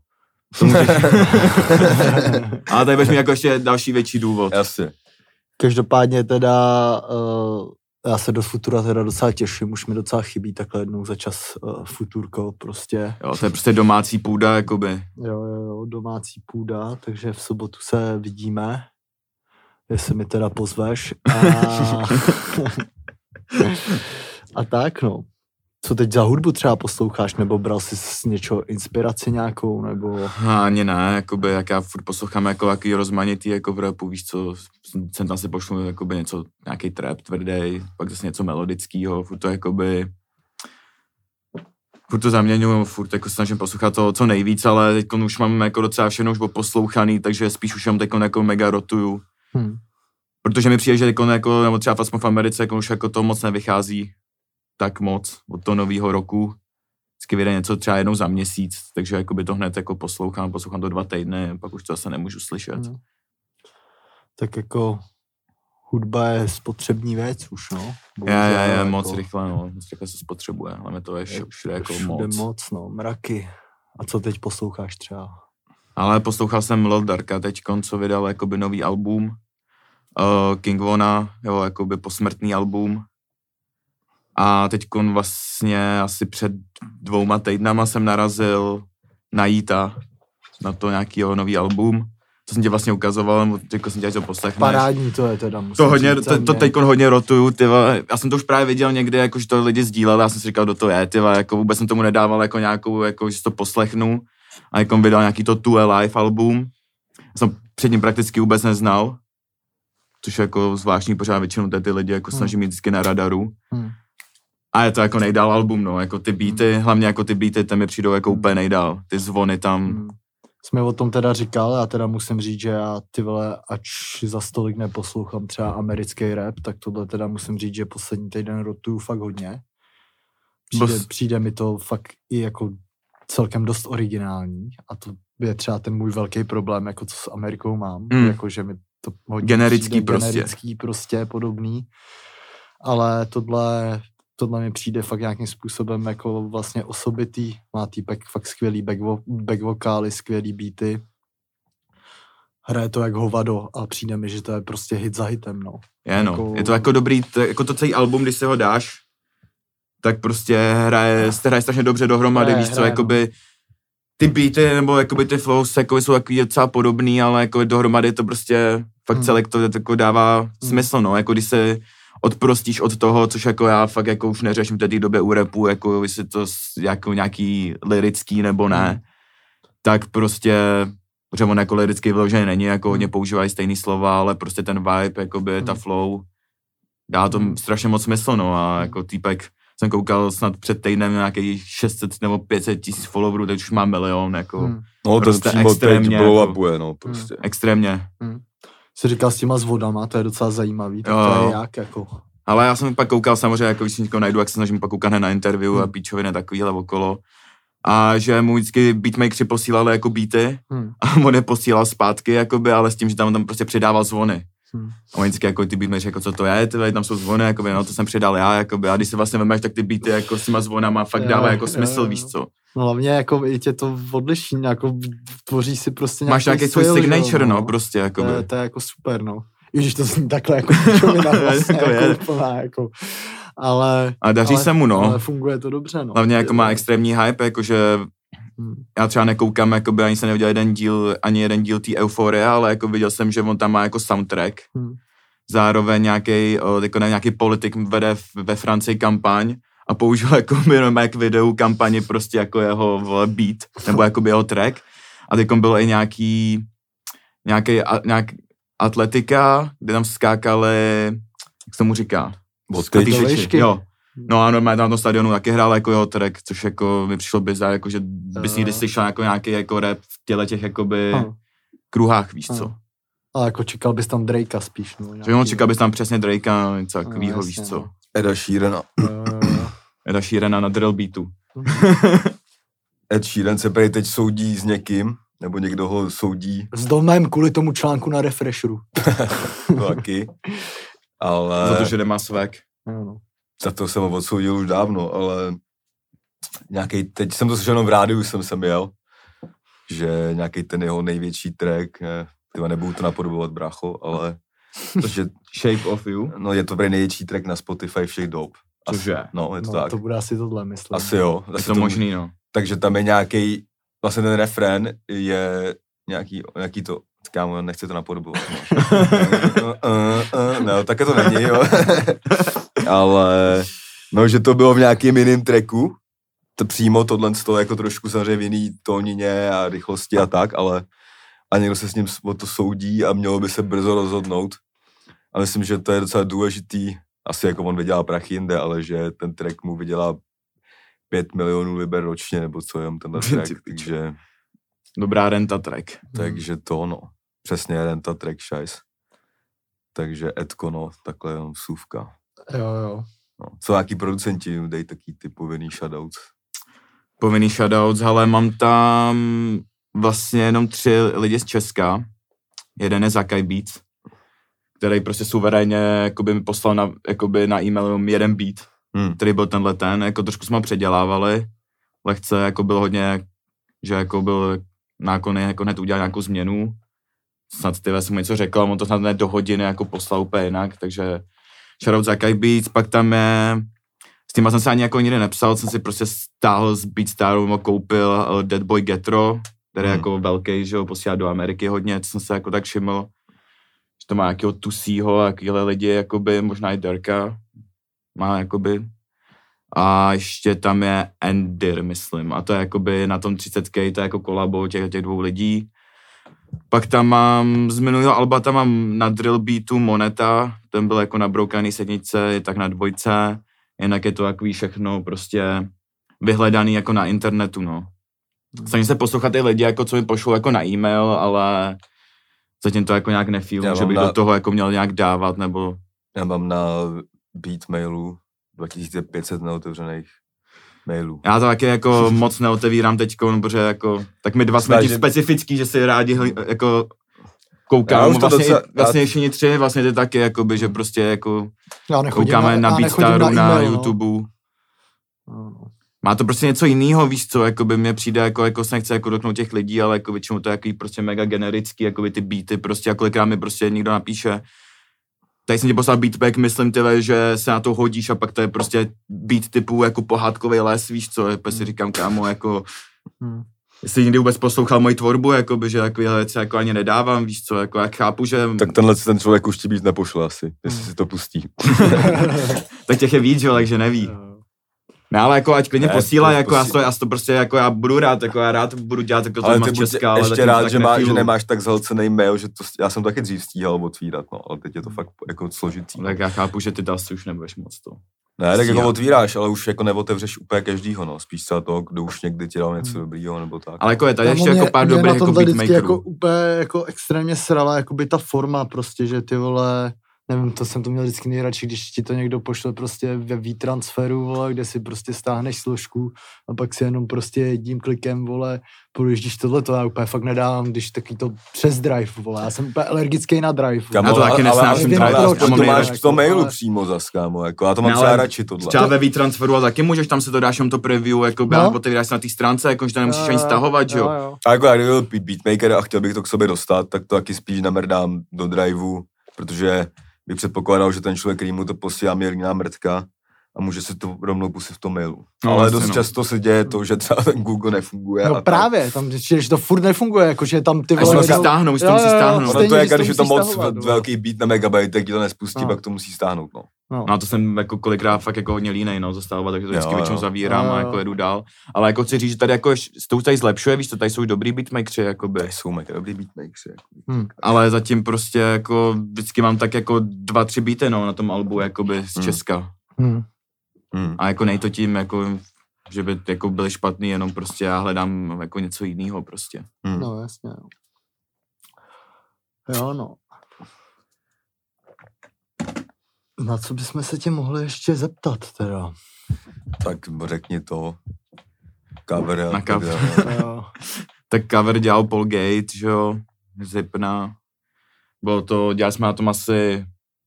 Ale tady budeš mít jako ještě další větší důvod. Jasně. Každopádně teda já se do Futura teda docela těším, už mi docela chybí takhle jednou za čas Futurko prostě. Jo, to je prostě domácí půda, jakoby. Jo, domácí půda, takže v sobotu se vidíme, jestli mi teda pozveš. A tak no. Co teď za hudbu třeba posloucháš, nebo bral jsi z něčeho inspiraci nějakou, nebo... Ani ne, jakoby, jak já furt poslouchám jako jaký rozmanitý jako v rapu, víš co, jsem tam si pošlu jakoby něco, nějaký trap tvrdý, pak zase něco melodického, furt to jakoby... Furt to zaměňuju, furt jako snažím poslouchat to co nejvíc, ale teď už mám jako docela všechno už poslouchaný, takže spíš už teď jako mega rotuju. Protože mi přijde, že jako, nebo třeba v Americe jako už jako to moc nevychází tak moc od toho nového roku. Vždycky vyjde něco třeba jednou za měsíc, takže jakoby to hned jako poslouchám to 2 týdny, pak už to zase nemůžu slyšet. Tak jako hudba je spotřební věc už, no. Je jako... moc rychle, no. Moc rychle se spotřebuje, ale to je všude jako moc. No, mraky. A co teď posloucháš třeba? Ale poslouchal jsem Lil Durka teďkon, co vydal jakoby nový album. King Vona, jo, jakoby posmrtný album. A teďkon vlastně asi před 2 týdnama jsem narazil na Yeeta, na to nějakýho nový album. To jsem tě vlastně ukazoval, teďko jsem tě to poslechneš. Parádní to je teda, to teďkon hodně rotuju, tyva. Já jsem to už právě viděl někde, jako, že to lidi sdíleli, já jsem si říkal, kdo to je, tyva, jako vůbec jsem tomu nedával jako nějakou, jako, že si to poslechnu. A jako vydal nějaký to Two Alive album. Já jsem před ním prakticky vůbec neznal, což je jako zvláštní, pořád většinou ty lidi jako snaží mít vždycky na radaru. A je to jako nejdál album, no, jako ty beaty, hlavně jako ty beaty, tam mi přijdou jako úplně nejdál, ty zvony tam. Jsme o tom teda říkal, já teda musím říct, že já ty vole, ač za stolik neposlouchám třeba americký rap, tak tohle teda musím říct, že poslední týden rotuju fakt hodně. Přijde mi to fakt i jako celkem dost originální a to je třeba ten můj velký problém, jako co s Amerikou mám, jako že mi to hodně generický prostě podobný, ale tohle mi přijde fakt nějakým způsobem jako vlastně osobitý, má týpek fakt skvělý back vokály, skvělý beaty, hraje to jak hovado a přijde mi, že to je prostě hit za hitem, no. Jako... Je to jako dobrý, jako to celý album, když se ho dáš, tak prostě hraje strašně dobře dohromady, víš co, jakoby ty beaty nebo jakoby ty flows jako jsou takový docela podobný, ale jako dohromady to prostě fakt celé to jako dává smysl, no, jako když se odprostíš od toho, což jako já fakt jako už neřeším v té době u rapu, jako jestli to jako nějaký lirický nebo ne, tak prostě, protože on jako lirický vyložený není, jako hodně používají stejný slova, ale prostě ten vibe, jakoby ta flow, dá to strašně moc smysl, no a jako týpek, jsem koukal snad před týdnem nějakých 600 nebo 500 tisíc followerů, teď už má 1 milion, jako. No to prostě přímo teď blow-upuje, no prostě. Extrémně. Jsi říkal s těma zvodama, to je docela zajímavý, tak to je jak, jako. Ale já jsem pak koukal samozřejmě, jako když si někoho najdu, jak se snažím pak koukat na interview a píčoviny takovýhle okolo. A že mu vždycky beatmakeři posílali jako beaty a on je posílal zpátky, jakoby, ale s tím, že tam prostě přidával zvony. A oni vždycky jako ty beatmakeři, jako co to je, tam jsou zvony, jakoby, no to jsem přidal já, jakoby, a když se vlastně vemeš, tak ty beaty jako s těma zvonama fakt dává jako smysl, víš co. No hlavně jako i tě to odliší, jako tvoří si prostě nějaký máš nějaký svůj signature, no, prostě, jakoby. To je jako super, no. I když to zní takhle jako píčovina vlastně, jako úplná, jako. Ale daří se mu, no. Ale funguje to dobře, no. Hlavně jako má extrémní hype, jakože já třeba nekoukám, jakoby ani jsem neviděl ani jeden díl té Euforie, ale jako viděl jsem, že on tam má jako soundtrack. Zároveň nějaký politik vede ve Francii kampaň a použil jako k videu kampani prostě jako jeho beat, nebo jako jeho track. A teď bylo i nějaký atletika, kde tam skákali, jak tomu říká? Boty. Jo. No a normálně tam na tom stadionu taky hrál jako jeho track, což jako mi přišlo bizar, jako že bys někdy slyšel jako nějaký jako rap v těle těch jakoby kruhách, víš co. A jako čekal bys tam Drakea spíš, no. Jo, čekal bys tam přesně Drakea, něco takovýho, víš co. Eda Sheerana. Eda Sheerana na drill beatu. Ed Sheeran se prý teď soudí s někým, nebo někdo ho soudí. S Domem kvůli tomu článku na Refresheru. Taky. Ale... Protože nemá swag. No. Za to jsem ho odsoudil už dávno, ale nějaký, teď jsem to slyšel jenom v rádiu, jsem jel, že nějaký ten jeho největší track, tyva nebudu to napodobovat, brácho, ale že Shape of You. No je to prý největší track na Spotify všech dob. Cože? No, je to tak. To bude asi tohle, myslím. Asi jo. Je to možný, no. Takže tam je nějaký, vlastně ten refrén je nějaký to, kámo, nechci to napodobovat. No, také to není, jo. Ale, no, že to bylo v nějakým jiným tracku, to přímo tohle jako trošku samozřejmě v jiný tónině a rychlosti a tak, ale a někdo se s ním o to soudí a mělo by se brzo rozhodnout. A myslím, že to je docela důležitý, asi jako on vydělá prachy jinde, ale že ten track mu vydělá 5 milionů liber ročně, nebo co je tenhle track, takže... Dobrá renta track. Takže to, no. Přesně renta track šajs. Takže Edko, no, takhle jenom vsuvka. Jo. No. Co nějaký producenti dej taký ty povinný shoutouts? Povinný shoutouts, ale mám tam vlastně jenom 3 lidi z Česka. Jeden je Zakaj Beats, který prostě suverénně jakoby mi poslal na e-mail jeden beat, který byl tenhle ten, jako trošku jsme ho předělávali, lehce jako byl hodně, že jako byl náklonný jako hned udělat nějakou změnu, snad tyhle jsem mu něco řekl, on to snad hned do hodiny jako poslal úplně jinak, takže shoutout Zakaj Beats, pak tam je, s tím jsem se ani jako nikdy nepsal, jsem si prostě stáhl z Beatstaru, koupil Dead Boy Getro, který je jako velký, že ho posílá do Ameriky hodně, co jsem se jako tak všiml, že to má nějakého Tusího, jakýhle lidi, jakoby, možná i Derka má, jakoby. A ještě tam je Endir, myslím, a to je jakoby na tom 30K, to je jako kolabo těch 2 lidí. Pak tam mám, z minulého alba tam mám na drill beatu Moneta, ten byl jako nabroukaný sednice, je tak na 2, jinak je to takový všechno prostě vyhledaný jako na internetu, no. Snažím se poslouchat ty lidi, jako co mi pošlou jako na e-mail, ale zatím to jako nějak nefílím, že bych do toho jako měl nějak dávat, nebo... Já mám na beat mailu 2500 neotevřených mailů. Já to taky jako moc neotevírám teďko, protože jako, tak my 2 jsme ti specifický, že si rádi jako koukám, vlastně všichni 3, vlastně ty taky, jakoby, že prostě jako koukáme na Beatstaru, na YouTube. Má to prostě něco jiného, víš co, jakoby mně přijde, jako se nechce jako dotknout těch lidí, ale jako většinou to je jako prostě mega generický, jakoby ty beaty, prostě a kolikrát mi prostě někdo napíše, tady jsem ti poslal beatback, myslím tyhle, že se na to hodíš a pak to je prostě beat typu jako pohádkový les, víš co, jako si říkám, kámo, jako, jestli někdy vůbec poslouchal moji tvorbu, jakoby, že takovýhle věci jako ani nedávám, víš co, jako jak chápu, že... Tak ten člověk už ti beat nepošle asi, jestli si to pustí. Tak těch je víc, že, takže neví. No ale jako ať klidně posílá, jako já to prostě jako já budu rád, jako já rád budu dělat jako to z Česka, ale ještě rád, že nemáš tak zhlcený mail, že to, já jsem taky dřív stíhal otvírat, no, ale teď je to fakt jako složitý. Tak já chápu, že ty asi už nebudeš moc to. Ne, tak jako otvíráš, ale už jako neotevřeš úplně každýho, no, spíš třeba toho, kdo už někdy ti dal něco dobrýho, nebo tak. Ale jako je tady ještě jako pár dobrých jako beatmakerů. Jako úplně jako extrémně srala, jakoby ta forma prostě, že ty vole, nevím, to jsem to měl vždycky nejradši, když ti to někdo pošle prostě ve WeTransferu, vole, kde si prostě stáhneš složku a pak si jenom prostě jedním klikem, vole, projíždíš tohleto, já úplně fakt nedávám, když taky to přes Drive, vole, já jsem úplně alergický na Drive. Já to taky nesnáším Drive. Ale to máš v tom mailu přímo zas, kámo, jako já to mám třeba radši tohle. Třeba ve WeTransferu a taky můžeš, tam se to dáš jenom to preview, jako nebo ty vydáš na té stránce, jako že to nemusíš ani stahovat, jo. A jako já kdyby byl beatmaker a chtěl bych to k sobě dostat, tak to taky spíš namrdám do Driveu, protože bych předpokládal, že ten člověk, který mu to posílá, je jiná mrtka a může se to rovnou pustit v tom mailu. No, ale vlastně, dost často se děje to, že třeba ten Google nefunguje. No právě, tam, že to furt nefunguje, jakože tam ty Až to musí stáhnout, to musí stáhnout. Ono to je, když je to moc stahovat, velký beat na megabajt, tak ti to nespustí, No. pak to musí stáhnout, no. No a to jsem jako kolikrát fakt jako hodně línej, no, zastavovat, takže to vždycky většinou zavírám Jo. a jako jedu dál. Ale jako chci říct, že tady jako to tady zlepšuje, víš, to tady jsou dobrý beatmakeri, jakoby. Tady jsou mega dobrý beatmakeri. Ale zatím prostě jako vždycky mám tak jako 2-3 beaty, no, na tom albu, jakoby z Česka. A jako nejto tím, jako, že by jako byly špatný, jenom prostě já hledám jako něco jiného prostě. No jasně. Jo, no. Na co bychom se tě mohli ještě zeptat teda? Tak řekni to. Cover. Na cover. Jo. Tak cover dělal Paul Gate, že jo, Zipna. Bylo to, dělali jsme na tom asi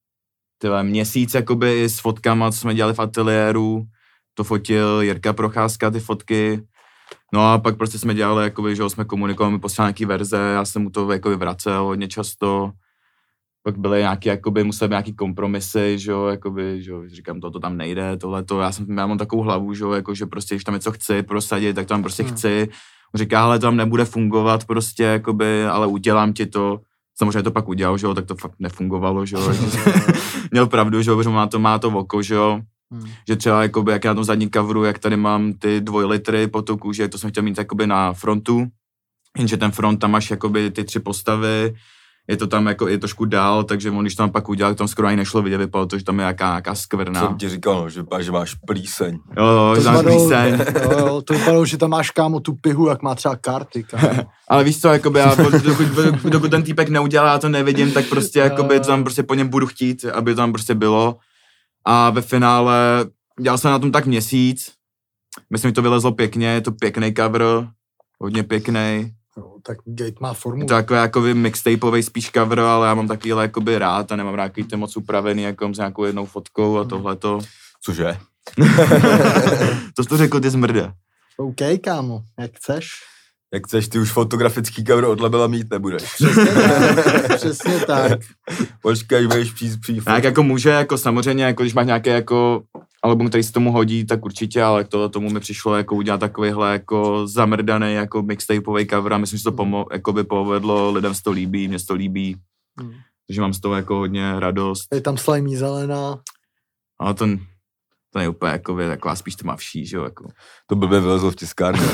měsíc jakoby s fotkama, co jsme dělali v ateliéru. To fotil Jirka Procházka, ty fotky. No a pak prostě jsme dělali, jakoby, že jo, jsme komunikovali, poslali nějaký verze, já jsem mu to jakoby vracel hodně často. Pak byly nějaký, jakoby, museli být nějaký kompromisy, že jo, jakoby, že jo, říkám, to tam nejde, tohleto, já mám takovou hlavu, že jo, jako, že prostě, když tam něco chci prosadit, tak to tam prostě chci. On říká, ale to tam nebude fungovat prostě, jakoby, ale udělám ti to. Samozřejmě to pak udělal, že jo, tak to fakt nefungovalo, že jo. Měl pravdu, že jo, protože má to oko, že jo. Že třeba, jakoby, jak já na tom zadní coveru, jak tady mám ty 2 litry potoku, že to jsem chtěl mít jakoby na frontu, jenže ten front tam máš jakoby ty 3 postavy, je to tam jako, je trošku dál, takže on, když to tam pak udělal, tam skoro ani nešlo vidět, vypadalo to, že tam je nějaká skvrna. Co ti říkal, no, že máš plíseň. Jo, že máš plíseň. Jo, to vypadalo, že tam máš, kámo, tu pihu, jak má třeba karty, kámo. Ale víš co, jakoby já, dokud ten týpek neudělá, já to nevidím, tak prostě jakoby to tam prostě po něm budu chtít, aby to tam prostě bylo. A ve finále dělal jsem na tom tak měsíc, myslím, že to vylezlo pěkně, je to pěkný cover, hodně pěkný. No, tak Gate má formu. Je to takový jakoby mixtapeový spíš cover, ale já mám takovýhle jakoby rád a nemám rád ty moc upravený, jako s nějakou jednou fotkou a tohleto. Cože? To jsi to řekl, ty zmrde. OK, kámo, jak chceš. Jak chceš, ty už fotografický cover od labela mít nebudeš. Přesně tak. Počkej, budeš přijít. Tak jako může, jako samozřejmě, jako když máš nějaké jako album, který se tomu hodí, tak určitě, ale tomu mi přišlo jako udělat takovýhle jako zamrdaný jako mixtapeový cover a myslím, že to jakoby povedlo, lidem se to líbí, mně se to líbí, takže mám z toho jako hodně radost. Je tam slajmí zelená. Ale to je úplně jako taková spíš tmavší, že jo, jako. To blbě vylezlo v tiskárně.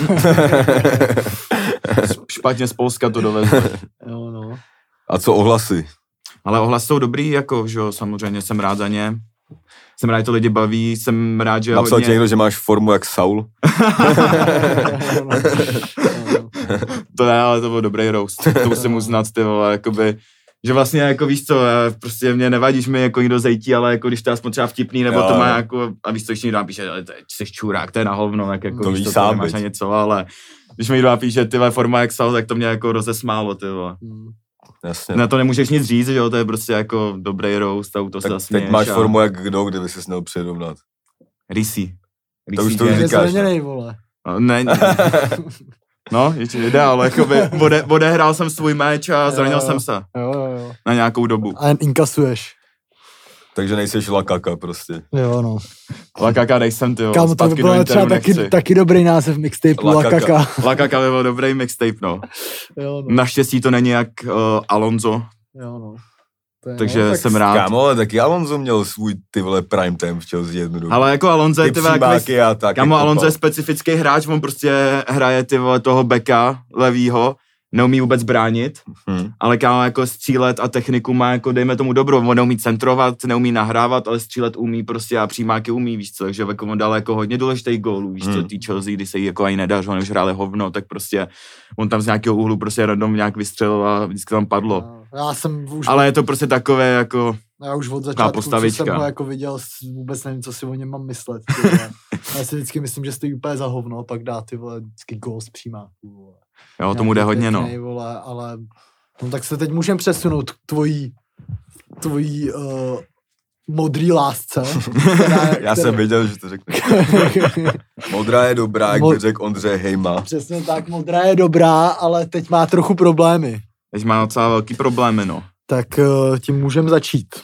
Špatně z Polska to dovezlo. Jo, no. A co ohlasy? Ale ohlasy jsou dobrý, jako, že jo, samozřejmě jsem rád za ně. Jsem rád, že to lidi baví, jsem rád, že napsal ti někdo, že máš formu jak Saul? To ne, ale to byl dobrý roast. To musím uznat, ty vole, jakoby, že vlastně jako víš co, prostě mě nevadí, že mi jako někdo zejtí, ale jako když to je aspoň třeba vtipný, nebo to má jako, a víš co, když někdo napíše, ale jsi čurák, to je na hovno, tak jako to víš víš to sám, nemáš na něco, ale když mi někdo napíše, ty vole, forma jak Saul, tak to mě jako rozesmálo, ty vole. Jasně. Na to nemůžeš nic říct, že jo, to je prostě jako dobrý roast a to se zasměješ. Teď máš formu jak kdo, kdyby ses měl přirovnat. Risi. To už to už říkáš. Ne? No, ještě jde, ale jakoby odehrál jsem svůj meč a zranil jsem se. Jo. Na nějakou dobu. A jen inkasuješ. Takže nejseš lakaka prostě. Jo, no. Lakaka nejsem, ty jo. Kámo, to by bylo třeba taky dobrý název mixtape Lakaka. Lakaka by byl dobrý mixtape, no. Jo, no. Naštěstí to není jak Alonso. Jo, no. Takže no, jsem rád. Kámo, ale taky Alonso měl svůj ty vole prime time v Chelsea jednu dobu. Ale jako Alonso je ty vole, kámo, jako Alonso je specifický hráč, on prostě hraje ty vole toho beka levýho, neumí vůbec bránit, ale kámo jako střílet a techniku má jako dejme tomu dobrou, on neumí centrovat, neumí nahrávat, ale střílet umí prostě a přímáky umí, víš co, takže jako on dal jako hodně důležitých gólů, víš co, tý Chelsea, když se jí jako ani nedařilo, než hráli hovno, tak prostě on tam z nějakého úhlu prostě random nějak vystřelil a vždycky tam padlo. Já jsem už... Ale je to prostě takové jako... Já už od začátku, co jsem ho jako viděl, vůbec nevím, co si o něm mám myslet. Já si vždycky myslím, že stojí úplně za hovno, pak dá ty vole vždycky gól z přímáků. Jo, tomu jde hodně, no. Vole, ale no, tak se teď můžeme přesunout k tvojí modrý lásce. Já jsem věděl, že to řekne. Modrá je dobrá, jak by řekl Ondřej Hejma. Přesně tak, modrá je dobrá, ale teď má trochu problémy. Teď má docela velký problémy, no. Tak tím můžeme začít.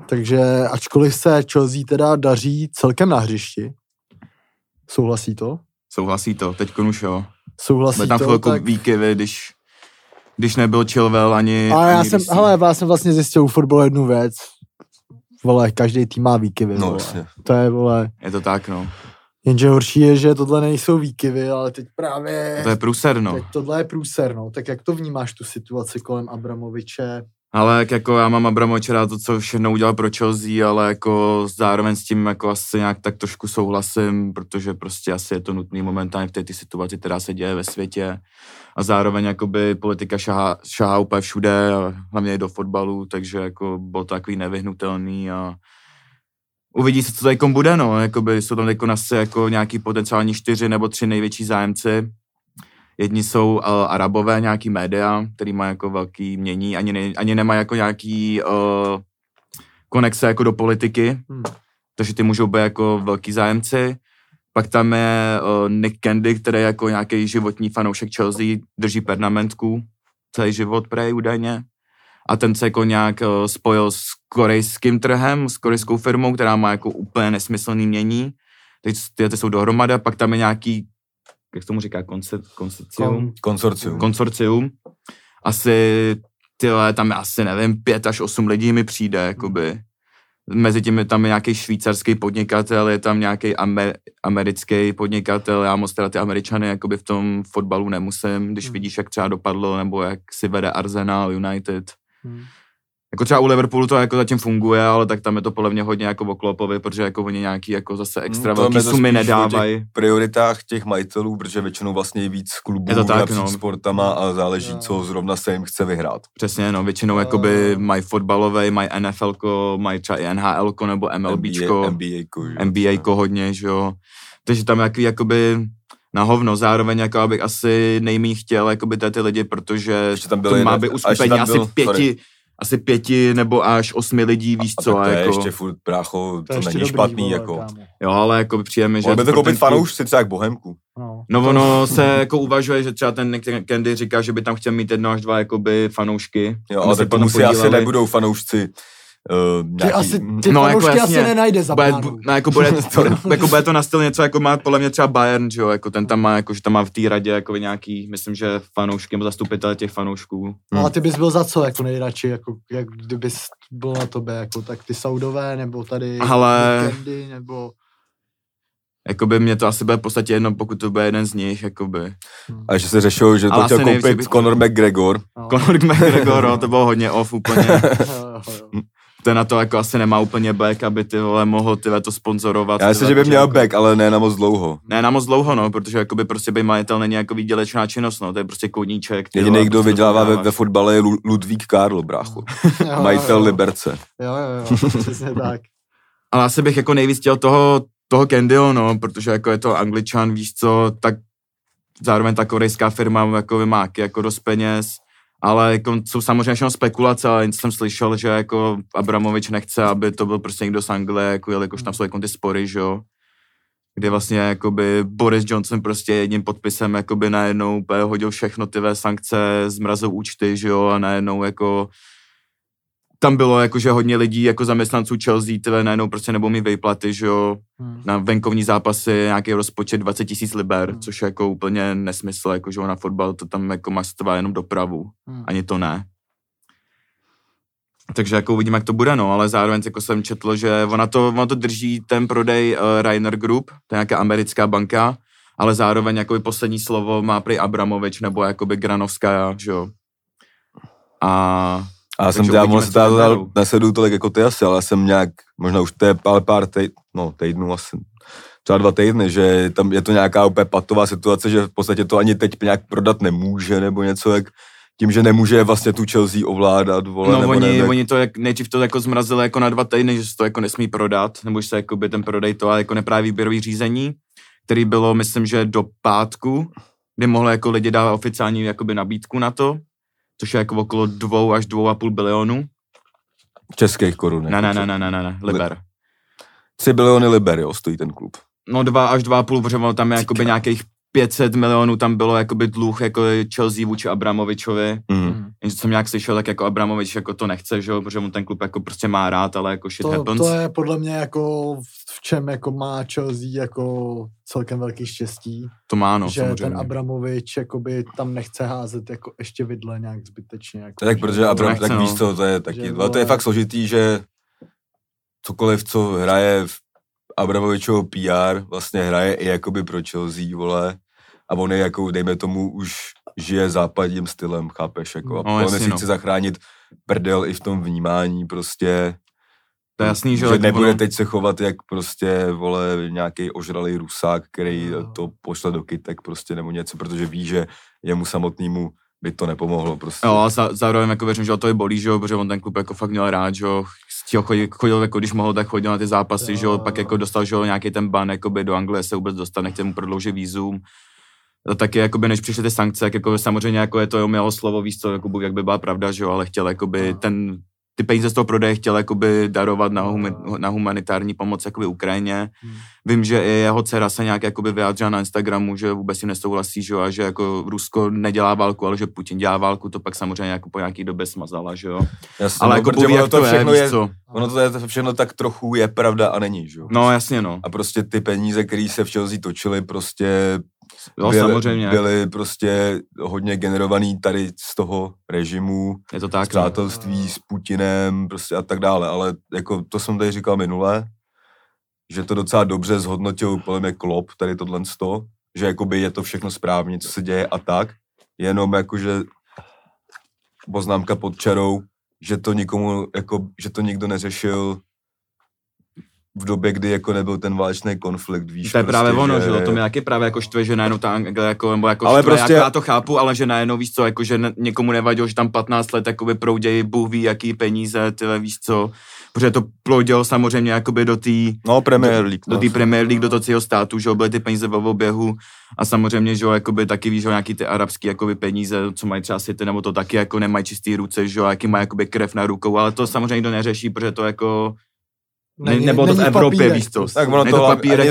takže ačkoliv se Chelsea teda daří celkem na hřišti, souhlasí to? Souhlasí to, teď už jo. Souhlasí Byly tam to, chvilku tak... výkyvy, když nebyl Chilwell ani... A já ani jsem vlastně zjistil u fotbalu jednu věc. Vole, každý tým má výkyvy, No, vole. jasně. To je, vole... Je to tak, no. Jenže horší je, že tohle nejsou výkyvy, ale teď právě... To je průser, no. Teď tohle je průser, no. Tak jak to vnímáš, tu situaci kolem Abramoviče? Ale jako já mám Abramoviče rád to, co všechno udělal pro Chelsea, ale jako zároveň s tím jako asi nějak tak trošku souhlasím, protože prostě asi je to nutný momentálně v té situaci, která se děje ve světě. A zároveň jakoby politika šahá úplně všude, a hlavně i do fotbalu, takže jako bylo to takový nevyhnutelný a uvidí se, co tady bude, no. Jakoby jsou tam jako asi jako nějaký potenciální 4 nebo 3 největší zájemci. Jedni jsou Arabové, nějaký média, který má jako velký mění, ani nemá jako nějaký konexe jako do politiky, takže ty můžou být jako velký zájemci. Pak tam je Nick Candy, který je jako nějaký životní fanoušek Chelsea, drží pernamentku celý život prej údajně. A ten se jako nějak spojil s korejským trhem, s korejskou firmou, která má jako úplně nesmyslný mění. Teď ty jsou dohromady, pak tam je nějaký, jak tomu říká, konsorcium. Asi, tam je asi, nevím, 5 až 8 lidí mi přijde, jakoby. Mezi tím je tam nějaký švýcarský podnikatel, je tam nějaký americký podnikatel, já moc teda ty Američany jakoby v tom fotbalu nemusím, když vidíš, jak třeba dopadlo, nebo jak si vede Arsenal, United. Jako třeba u Liverpoolu to jako zatím funguje, ale tak tam je to podle mě hodně jako o Kloppovi, protože jako oni nějaký jako zase extra velký sumy nedávají. V prioritách těch majitelů, protože většinou vlastně víc klubů napříč sportama a záleží, co zrovna se jim chce vyhrát. Přesně, no, většinou jakoby mají fotbalovej, mají NFLko, mají třeba i NHLko nebo MLBčko, NBAko hodně, že jo. Takže tam jaký jakoby na hovno, zároveň jako abych asi nejmíň chtěl jakoby ty lidi, protože tam to má být uskupení asi 5 nebo až 8 lidí, víš co. A tak to jako... je ještě furt, brácho, to není špatný, jako. Kámo. Jo, ale jako přijeme, že... Ale by to koupit fanoušci třeba jak Bohemku. No ono se jako uvažuje, že třeba ten Candy říká, že by tam chtěl mít 1 až 2 jakoby fanoušky. Jo, ale tak tomu si asi nebudou fanoušci. Ty fanoušky asi nenajde za plánu. Bude to na styl něco, jako má podle mě třeba Bayern, že jo, jako ten tam má, jako, že tam má v té radě jako nějaký, myslím, že fanoušky, nebo zastupitele těch fanoušků. No a ty bys byl za co, jako nejradši, jako, jak kdybys byl na tobě, jako tak ty Saudové, nebo tady Candy, nebo... Jakoby mě to asi bude v podstatě jedno, pokud to bude jeden z nich, jakoby. A že se řešilo, že to chtěl koupit Conor McGregor. Conor McGregor, no, to bylo hodně off úplně. Ten na to jako asi nemá úplně back, aby ty vole mohl to sponzorovat. Já myslím, že by měl back, ale ne na moc dlouho. Ne na moc dlouho, no, protože jakoby prostě by majitel není jako výdělečná činnost, no, to je prostě koníček. Jediný, kdo vydělává ve fotbale je Ludvík Karl, bráchu. Majitel Liberce. Jo, přesně tak. Ale asi bych jako nejvíc chtěl toho Candyho, no, protože jako je to Angličan, víš co, tak zároveň ta korejská firma jako má jako dost peněz, ale jako jsou samozřejmě všechno spekulace, ale jsem slyšel, že jako Abramovič nechce, aby to byl prostě někdo z Anglie, jako jelikož tam jsou jako ty spory, že jo, kde vlastně jakoby Boris Johnson prostě jedním podpisem jakoby najednou hodil všechno tyhle sankce, zmrazil účty, že jo, a najednou jako tam bylo jakože hodně lidí jako zaměstnanců Chelsea, tyhle najednou prostě nebudou mít výplaty, že jo, na venkovní zápasy nějaký rozpočet 20 000 liber, což je jako úplně nesmysl, jako že na fotbal to tam jako máš jenom dopravu, ani to ne. Takže jako uvidím, jak to bude, no, ale zároveň jako jsem četl, že ona to drží ten prodej Rainer Group, to je nějaká americká banka, ale zároveň jakoby poslední slovo má prý Abramovič nebo jakoby Granovská, že jo. A jsem nesleduju tolik jako ty asi, ale jsem nějak, možná už to je pár týdnů asi, třeba 2 týdny, že tam je to nějaká úplně patová situace, že v podstatě to ani teď nějak prodat nemůže, nebo něco jak tím, že nemůže vlastně tu Chelsea ovládat, vole, no, nebo oni to nejdřív to jako zmrazili jako na 2 týdny, že se to jako nesmí prodat, nebo že se jako by ten prodej to, ale jako neprávě výběrový řízení, který bylo, myslím, že do pátku, kdy mohli jako lidi dávat oficiální jakoby nabídku na to, což je jako okolo 2 až 2,5 bilionu. Českých korun. Ne, liber. 3 biliony liber, jo, stojí ten klub. No 2 až 2,5, protože tam je jakoby nějakých 500 milionů, tam bylo jakoby dluh jako Chelsea vůči Abramovičovi. Jenže jsem nějak slyšel, tak jako Abramovič jako to nechce, že jo, protože mu ten klub jako prostě má rád, ale jako shit happens. To je podle mě jako v čem jako má Chelsea jako celkem velký štěstí. To má, no, že samozřejmě. ten Abramovič jakoby tam nechce házet jako ještě vidle nějak zbytečně. Jako, tak protože Abramovič, tak víš co, to je taky, ale to je fakt složitý, že cokoliv, co hraje v Abramovičovo PR, vlastně hraje i jakoby pro Chelsea, vole, a on je jako, dejme tomu, už žije západním stylem, chápeš, jako, a on si chce zachránit prdel i v tom vnímání, prostě, to je jasný, že nebude teď se chovat jak prostě, vole, nějaký ožralý Rusák, který to pošle do kytek prostě, nebo něco, protože ví, že jemu samotnému by to nepomohlo, prostě. Jo, a zároveň jako věřím, že o to je bolí, že jo, protože on ten klub jako fakt měl rád, že jo, chodil jako když mohl, tak chodil na ty zápasy, že jo, pak jako dostal, že jo, nějaký ten ban, jakoby do Anglie se vůbec dostal, nechtěl mu prodloužit vízum. To taky, jakoby, než přišly ty sankce, jako samozřejmě jako je to mělo slovo, víc to, jako, jak by byla pravda, že jo, ale chtěl jakoby ty peníze z toho prodeje chtěl jakoby darovat na humanitární pomoc jakoby Ukrajině. Vím, že i jeho dcera se nějak jakoby vyjádřila na Instagramu, že vůbec si nesouhlasí, že jo, a že jako Rusko nedělá válku, ale že Putin dělá válku, to pak samozřejmě jako po nějaký době smazala, že jo. Jasně, ale jako Bůh, jak to je, víš co. Ono to všechno tak trochu je pravda a není, že jo. No jasně, no. A prostě ty peníze, které se v Chelsea točily, prostě byly prostě hodně generovaný tady z toho režimu, je to tak, z přátelství s Putinem prostě a tak dále, ale jako to jsem tady říkal minule, že to docela dobře zhodnotil podle mě Klopp, tady tohleto, že jakoby je to všechno správně, co se děje a tak, jenom jakože poznámka pod čarou, že to nikomu, jako, že to nikdo neřešil v době, kdy jako nebyl ten válečný konflikt, víš. To je prostě, právě ono, že to mě taky právě jako štve, že najednou ta Anglie jako, nebo jako ale štve, prostě, jako já to chápu, ale že najednou víš co, jako že někomu nevadilo, že tam 15 let jakoby proudějí Bůh ví jaký peníze, tyhle víš co, protože to ploudilo samozřejmě jakoby do té Premier League, do té Premier League, do toho celého státu, že byly ty peníze ve oběhu a samozřejmě, že jakoby taky víš, že nějaký ty arabský jakoby peníze, co mají třeba City, nebo to taky jako nemají čistý ruce, že jaký mají jakoby krev na rukou, ale to samozřejmě nikdo neřeší, protože to jako nebylo to v Evropě, víš to. Tak ono to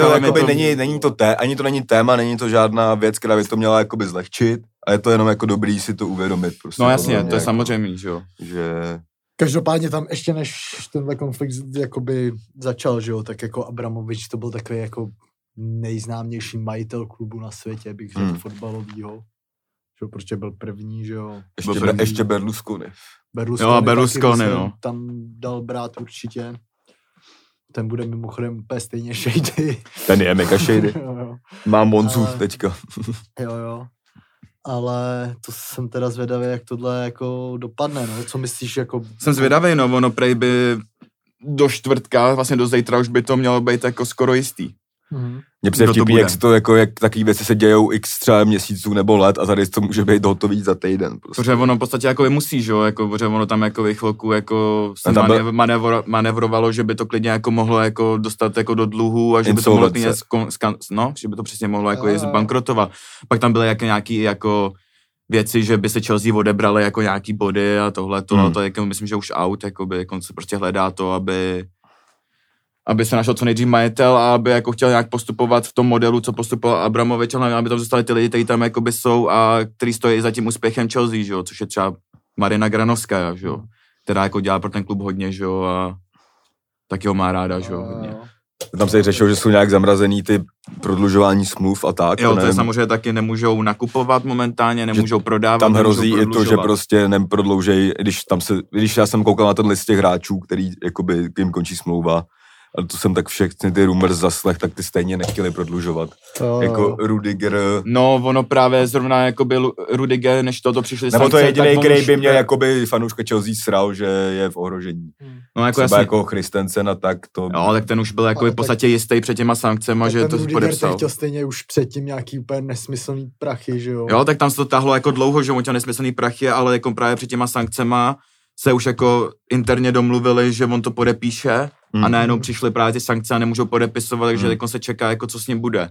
ani to není téma, není to žádná věc, která by to měla jakoby zlehčit, a je to jenom jako dobrý si to uvědomit. Prostě no jasně, to je samozřejmě, že jo. Že... Každopádně tam ještě než tenhle konflikt jakoby začal, že jo, tak jako Abramovič to byl takový jako nejznámější majitel klubu na světě, bych řekl, fotbalovýho. Že jo, protože byl první, že jo. Ještě Berlusconi. Berlusconi, no. Tam dal brát určitě. Ten bude mimochodem úplně stejně shady. Ten je mega shady. Má Monzu teďka. jo. Ale to jsem teda zvědavý, jak tohle jako dopadne, no. Co myslíš, jako... Jsem zvědavý, no, ono prej by do čtvrtka, vlastně do zítra už by to mělo být jako skoro jistý. Mně přijde vtipný, jak takový věci se dějou x třeba měsíců nebo let a tady to může být hotový za týden. Prostě. Protože ono v podstatě jako musí, že jo, jako, protože ono tam jako chvilku jako se manevrovalo, že by to klidně jako mohlo jako dostat jako do dluhu a že by to mohlo klidně že by to přesně mohlo jako zbankrotovat. Pak tam byly nějaký jako věci, že by se Chelsea odebrali jako nějaký body a tohle, to je jako, myslím, že už out, jakoby, jako se prostě hledá to, aby se našel co nejdřív majitel a aby jako chtěl nějak postupovat v tom modelu, co postupoval Abramovič, ale aby tam zůstali ty lidi, kteří tam jakoby jsou a kteří stojí za tím úspěchem Chelsea, že jo, což je třeba Marina Granovská, že jo, která jako dělá pro ten klub hodně, že jo, a taky ho má ráda, že jo, hodně. Tam se řešilo, že jsou nějak zamrazený ty prodlužování smluv a tak. Jo, to je samozřejmě taky nemůžou nakupovat momentálně, nemůžou prodávat. Tam hrozí i to, že prostě neprodloužej, když já jsem koukal na ten list těch hráčů, který jakoby jim končí smlouva, ale to jsem tak všechny ty rumors zaslech, tak ty stejně nechtěli prodlužovat. Jako Rudiger. No, ono právě zrovna jakoby Rudiger, než to přišli sankce. Nebo to je jediný, který by měl jakoby fanouška Chelsea sral, že je v ohrožení. No jako třeba jako Christensen a tak to... Jo, tak ten už byl jako v podstatě jistý před těma sankcema, že to Rudiger podepsal. Rudiger chtěl stejně už předtím nějaký úplně nesmyslný prachy, že jo? Jo, tak tam se to táhlo jako dlouho, že on chtěl nesmyslný prachy, ale jako právě před těma sankcema se už jako interně domluvili, že on to podepíše a najednou přišly právě ty sankce a nemůžou podepisovat, takže teď se čeká, jako co s ním bude.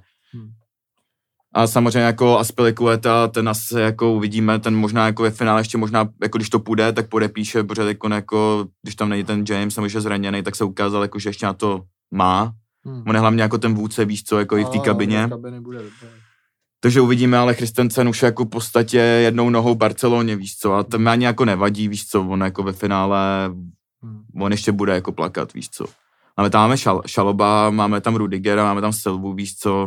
A samozřejmě jako Azpilicueta, ten asi jako uvidíme, ten možná jako ve finále ještě možná, jako když to půjde, tak podepíše, protože teď jako, když tam není ten James, tam už je zraněný, tak se ukázal, jako, že ještě na to má. On je hlavně jako ten vůdce, víš co, jako i v té kabině. Takže uvidíme, ale Christensen už jako v podstatě jednou nohou Barceloně, víš co, a to mě ani jako nevadí, víš co, on jako ve finále, on ještě bude jako plakat, víš co. Ale tam máme Šaloba, máme tam Rudigera, máme tam Silvu, víš co.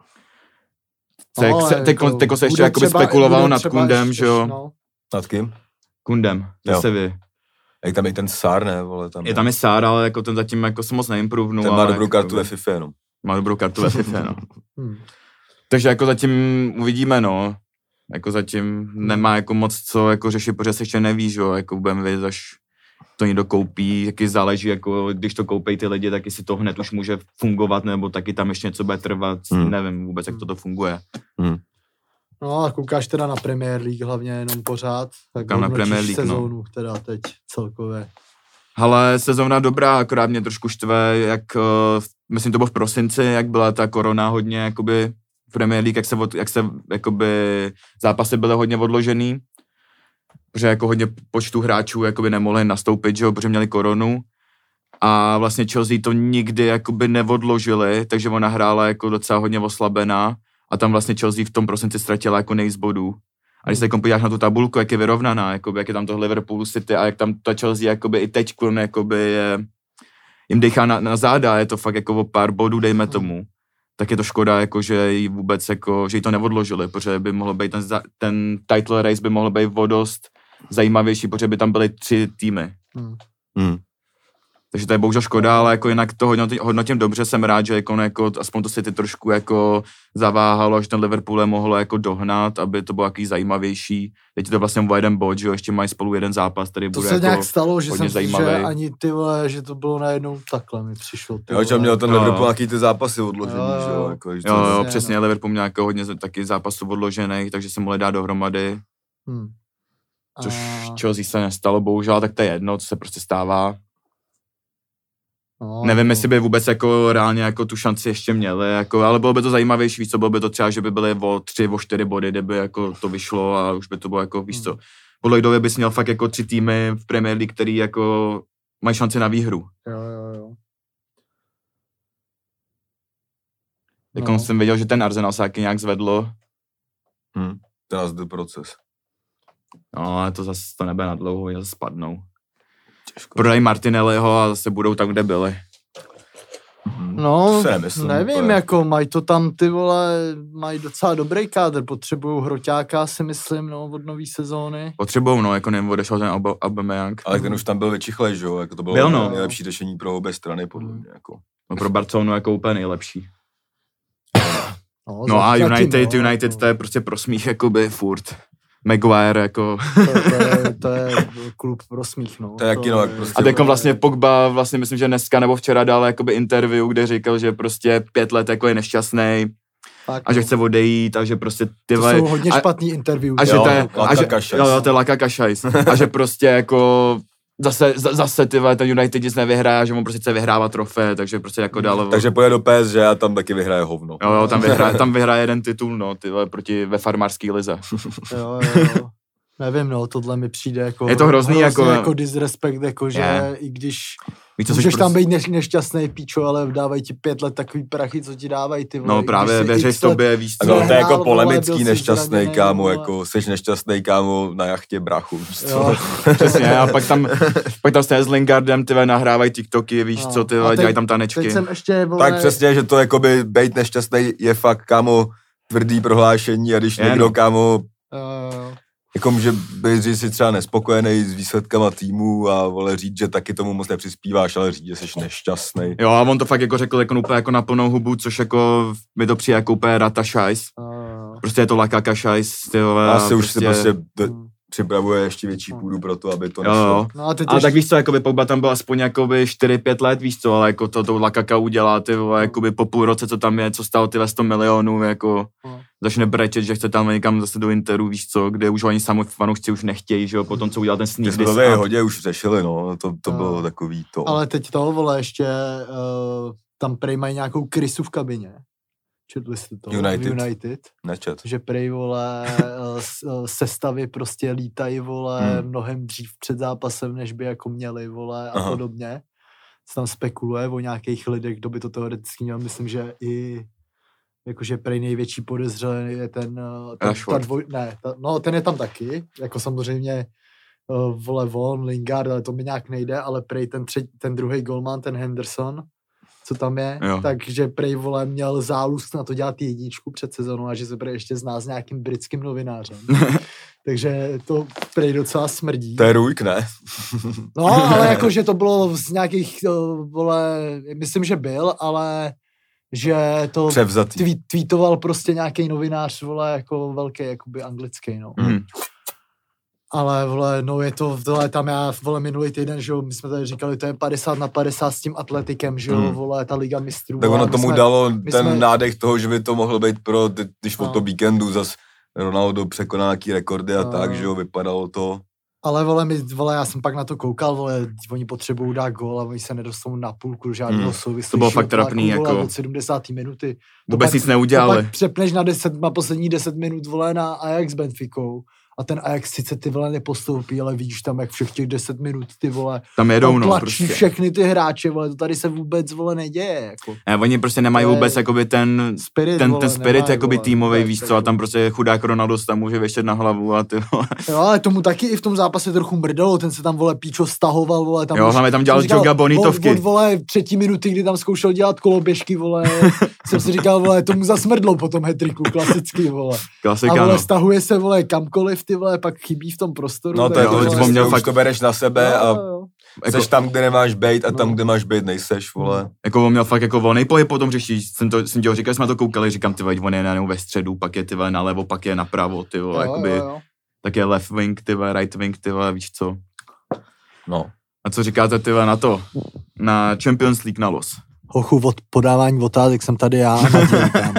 Teko se ještě jakoby spekulovalo nad Kundem, že jo. No. Nad kým? Kundem, zase vy. Jak tam je ten Sár, ne, vole, tam je. Tam je Sár, ale jako ten zatím jako se moc neimprovnul. Ten má dobrou kartu ve FIFA, jenom. Má dobrou kartu ve FIFA, no. Takže jako zatím uvidíme, no. Jako zatím nemá jako moc co jako řešit, protože se ještě neví, že jo, jako budeme vědět, až to někdo koupí, taky záleží, jako když to koupí ty lidi, tak jestli to hned už může fungovat, nebo taky tam ještě něco bude trvat, nevím vůbec, jak to funguje. No a koukáš teda na Premier League hlavně jenom pořád, tak na Premier League, sezónu teda teď celkově. Ale sezóna dobrá, akorát mě trošku štve, jak, myslím to bylo v prosinci, jak byla ta korona hodně, jakoby v Premier League, jak se jakoby zápasy byly hodně odložený, protože jako hodně počtu hráčů jakoby nemohli nastoupit, že jo, protože měli koronu a vlastně Chelsea to nikdy jakoby neodložili, takže ona hrála jako docela hodně oslabená a tam vlastně Chelsea v tom prosinci ztratila jako nejvíc bodů. A když se podíváš na tu tabulku, jak je vyrovnaná, jakoby, jak je tam to Liverpool City a jak tam ta Chelsea jakoby i teď jakoby je, jim dechá na záda, je to fakt jako o pár bodů, dejme tomu, tak je to škoda, jako, že jí vůbec, jako, že jí to neodložili, protože by mohl být ten title race by mohl být o dost zajímavější, protože by tam byly 3 týmy. Takže to je bohužel škoda, ale jako jinak to hodnotím dobře, jsem rád, že jako aspoň to City trošku jako zaváhalo, že ten Liverpool je mohlo jako dohnat, aby to bylo jaký zajímavější. Teď je to vlastně o jeden bod, že jo, ještě mají spolu jeden zápas, který bude jako nějak stalo, že hodně jsem zajímavý. Že ani ty vole, že to bylo najednou takhle mi přišlo. Jo, že měl ten Liverpool nějaký ty zápasy odložený, že jo. Jako, jo, přesně, Liverpool měl jako hodně taky zápasů odložených, takže se mohli dát dohromady. Což Chelsea se nestalo, bohužel, tak to je jedno, co se prostě stává. No, nevím, jestli by vůbec jako reálně jako tu šanci ještě měli, jako, ale bylo by to zajímavější, víš co, bylo by to třeba, že by byly o 3, o 4 body, kde by jako to vyšlo a už by to bylo jako, víš co. Podle Lidově bys měl fakt jako 3 týmy v Premier League, který jako mají šanci na výhru. Jo. Jako jsem věděl, že ten Arsenal se taky nějak zvedlo. Teraz jde proces. No, ale to zase to nebude na dlouho, zase spadnou. Prodají Martinelliho a zase budou tam, kde byli. No, nevím, jako mají to tam, ty vole, mají docela dobrý kádr, potřebují hroťáka, si myslím, no, od nový sezóny. Potřebujou, no, jako neodešel ten Aubameyang. Ale ten už tam byl vyčichlej, že jo, jako to bylo nejlepší řešení pro obě strany, podle mě, jako. No, pro Barcelonu jako úplně nejlepší. No a United, to je prostě pro smích, jakoby, furt. Maguire, jako... to je klub pro smích, no. To je jaký, no, jak prostě... A teď vlastně Pogba, vlastně myslím, že dneska nebo včera dal jakoby interview, kde říkal, že prostě 5 let jako je nešťastný a že chce odejít a že prostě ty to jsou hodně špatný interview. A že to je... to je Laka Kašajs. A že prostě jako... Zase ty ten United nic nevyhraje, že mu prostě chce vyhrávat trofé, takže prostě jako dál. Takže pojede do PSG a tam taky vyhraje hovno. Jo, tam vyhraje jeden titul, no, ty proti ve farmářský lize. Jo. Nevím, no, tohle mi přijde jako... Je to hrozný jako disrespekt, jako že i když... Můžeš tam být nešťastný píčo, ale dávají ti 5 let takový prachy, co ti dávají ty vole. No právě, věřej tobě, víš co. To je jako polemický nešťastný, kámo, jako seš nešťastný, kámo, na jachtě brachu, víš co. Přesně, a pak tam s Lingardem, ty nahrávají TikToky, víš co, ty dělají tam tanečky. Teď jsem ještě, vole... Tak přesně, že to jakoby bejt nešťastný je fakt, kámo, tvrdý prohlášení a když někdo, kámo... Jako může být, že jsi třeba nespokojený s výsledkama týmu a vole říct, že taky tomu moc nepřispíváš, ale říct, že jsi nešťastný. Jo, a on to fakt jako řekl jako úplně jako na plnou hubu, což jako mi to přijde jako úplně rata šajs. Prostě je to Laka šajs, ty vole. Asi už se prostě připravuje ještě větší půdu pro to, aby to nešlo. No ale tak víš co, jakoby Pogba tam byl aspoň jakoby 4-5 let, víš co, ale jako to Lakaka udělá, ty vole, jakoby po půl roce, co tam je, co stalo tyhle 100 milionů, jako začne brečet, že chce tam někam zase do Interu, víš co, kde už ani sami fanoušci už nechtějí, že jo, potom co udělal ten sníh. To je hodně už řešili, no, to bylo takový to. Ale teď to, vole, ještě tam prej mají nějakou krysu v kabině. Četli jste to? United. Nečet. Že prej, vole, sestavy prostě lítají, vole, mnohem dřív před zápasem, než by jako měli, vole, a podobně. Se tam spekuluje o nějakých lidech, kdo by to teoreticky měl, myslím, že i jakože prej největší podezřelý je ten, ten je tam taky, jako samozřejmě vole Von, Lingard, ale to mi nějak nejde, ale prej ten druhý golman, ten Henderson, co tam je, takže prej vole měl záluz na to dělat jedničku před sezónou a že se prej ještě zná s nějakým britským novinářem. Takže to prej docela smrdí. To je Rujk, ne? No, ale jakože to bylo z nějakých, vole, myslím, že byl, ale že to tweetoval prostě nějaký novinář, vole, jako velký, jakoby anglický, no. Ale, vole, no je to, vole, tam já, vole, minulý týden, že jo, my jsme tady říkali, to je 50/50 s tím Atletikem, že jo, vole, ta Liga mistrů. Tak ono tomu dalo ten nádech toho, že by to mohlo být pro, když po to víkendu zas Ronaldo překoná nějaký rekordy a tak, že jo, vypadalo to. Ale, vole, já jsem pak na to koukal, vole, oni potřebují dát gól a oni se nedostanou na půlku žádného souvislého. To bylo fakt trapný, jako. Od 70. minuty. Vůbec nic neudělali. To pak přepneš na poslední 10 minut, vole, na Ajax Benficou. A ten Ajax sice ty vole nepostoupí, ale vidíš tam, jak všech těch 10 minut ty vole tam jedou, no, tlačí prostě. Všechny ty hráče, vole, to tady se vůbec, vole, neděje, jako. Oni prostě nemají vůbec, jakoby ten spirit, jakoby týmovej, víš co, a tam prostě chudák Ronaldo tam může věšet na hlavu a ty vole. Jo, ale tomu taky i v tom zápase trochu mrdalo, ten se tam, vole, píčo stahoval, vole, tam. Jo, hlavně tam dělal joga bonitovky. Od vole, 3. minuty, kdy tam zkoušel dělat koloběžky, vole, jsem si říkal, vole, tomu zasmrdlo po tom hat-tricku, klasicky, vole. Klasika, a, vole, no. stahuje se, vole, kamkoliv, ty vole, pak chybí v tom prostoru. No to je to, že fakt to bereš na sebe a jako, seš tam, kde nemáš bejt a tam, kde máš bejt, nejseš, vole. Jako on měl fakt jako volnej pohyb po tom hřišti, jsem ti ho říkal, jsme na to koukali, říkám, ty vole, on je najednou ve středu, pak je ty vole nalevo, pak je napravo, ty vole, jakoby, tak je left wing, ty vole, right wing, ty vole, víš co. No. A co říkáte, ty vole, na to? Na Champions League na los? Hochu, od podávání otázek jsem tady já, Matěj, kámo.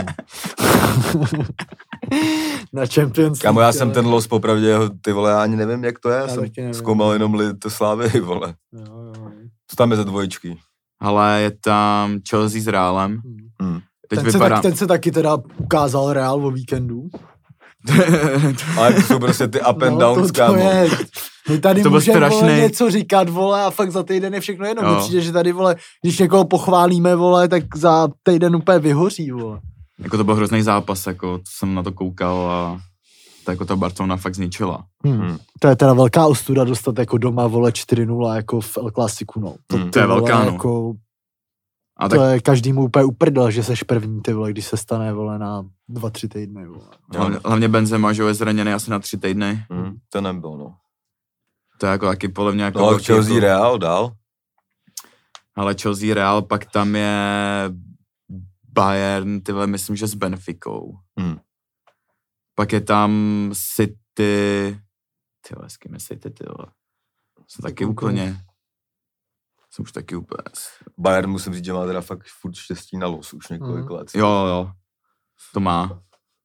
Na Champions League. Kámo, já jsem ten los popravdě, ty vole, já ani nevím, jak to je, já jsem zkoumal jenom to Slávy, vole. Jo. Co tam je za dvojčky? Ale je tam Chelsea s Realem. Teď ten se taky teda ukázal Real o víkendu. Ale to jsou prostě ty up and downs, kámo. My tady můžeme, vole, něco říkat, vole, a fakt za týden je všechno jedno. Určitě, že tady, vole, když někoho pochválíme, vole, tak za týden úplně vyhoří, vole. Jako to byl hrozný zápas, jako jsem na to koukal a to jako ta Barcelona fakt zničila. To je teda velká ostuda dostat jako doma, vole, 4-0 jako v El Clasicu, no. To je velká, no. Jako, a to je každému úplně uprdel, že seš první, ty vole, když se stane, vole, na 2-3 týdny, vole. Hlavně Benzema, že je zraněný asi na 3 týdny. To nebyl, no. To je jako taky podle mě jako... No, Chelsea jako... Real dál. Ale Chelsea Real, pak tam je Bayern, ty vole, myslím, že s Benficou. Pak je tam City, ty vole, s kým je City, ty vole. Jsem taky úplně... Jsem už taky úplně... Bayern musím říct, že má teda fakt furt štěstí na los už několik let. Jo, to má.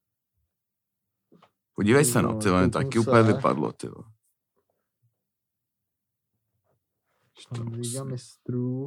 Podívej se, no, ty vole, taky úplně vypadlo, ty vole. Liga mistrů.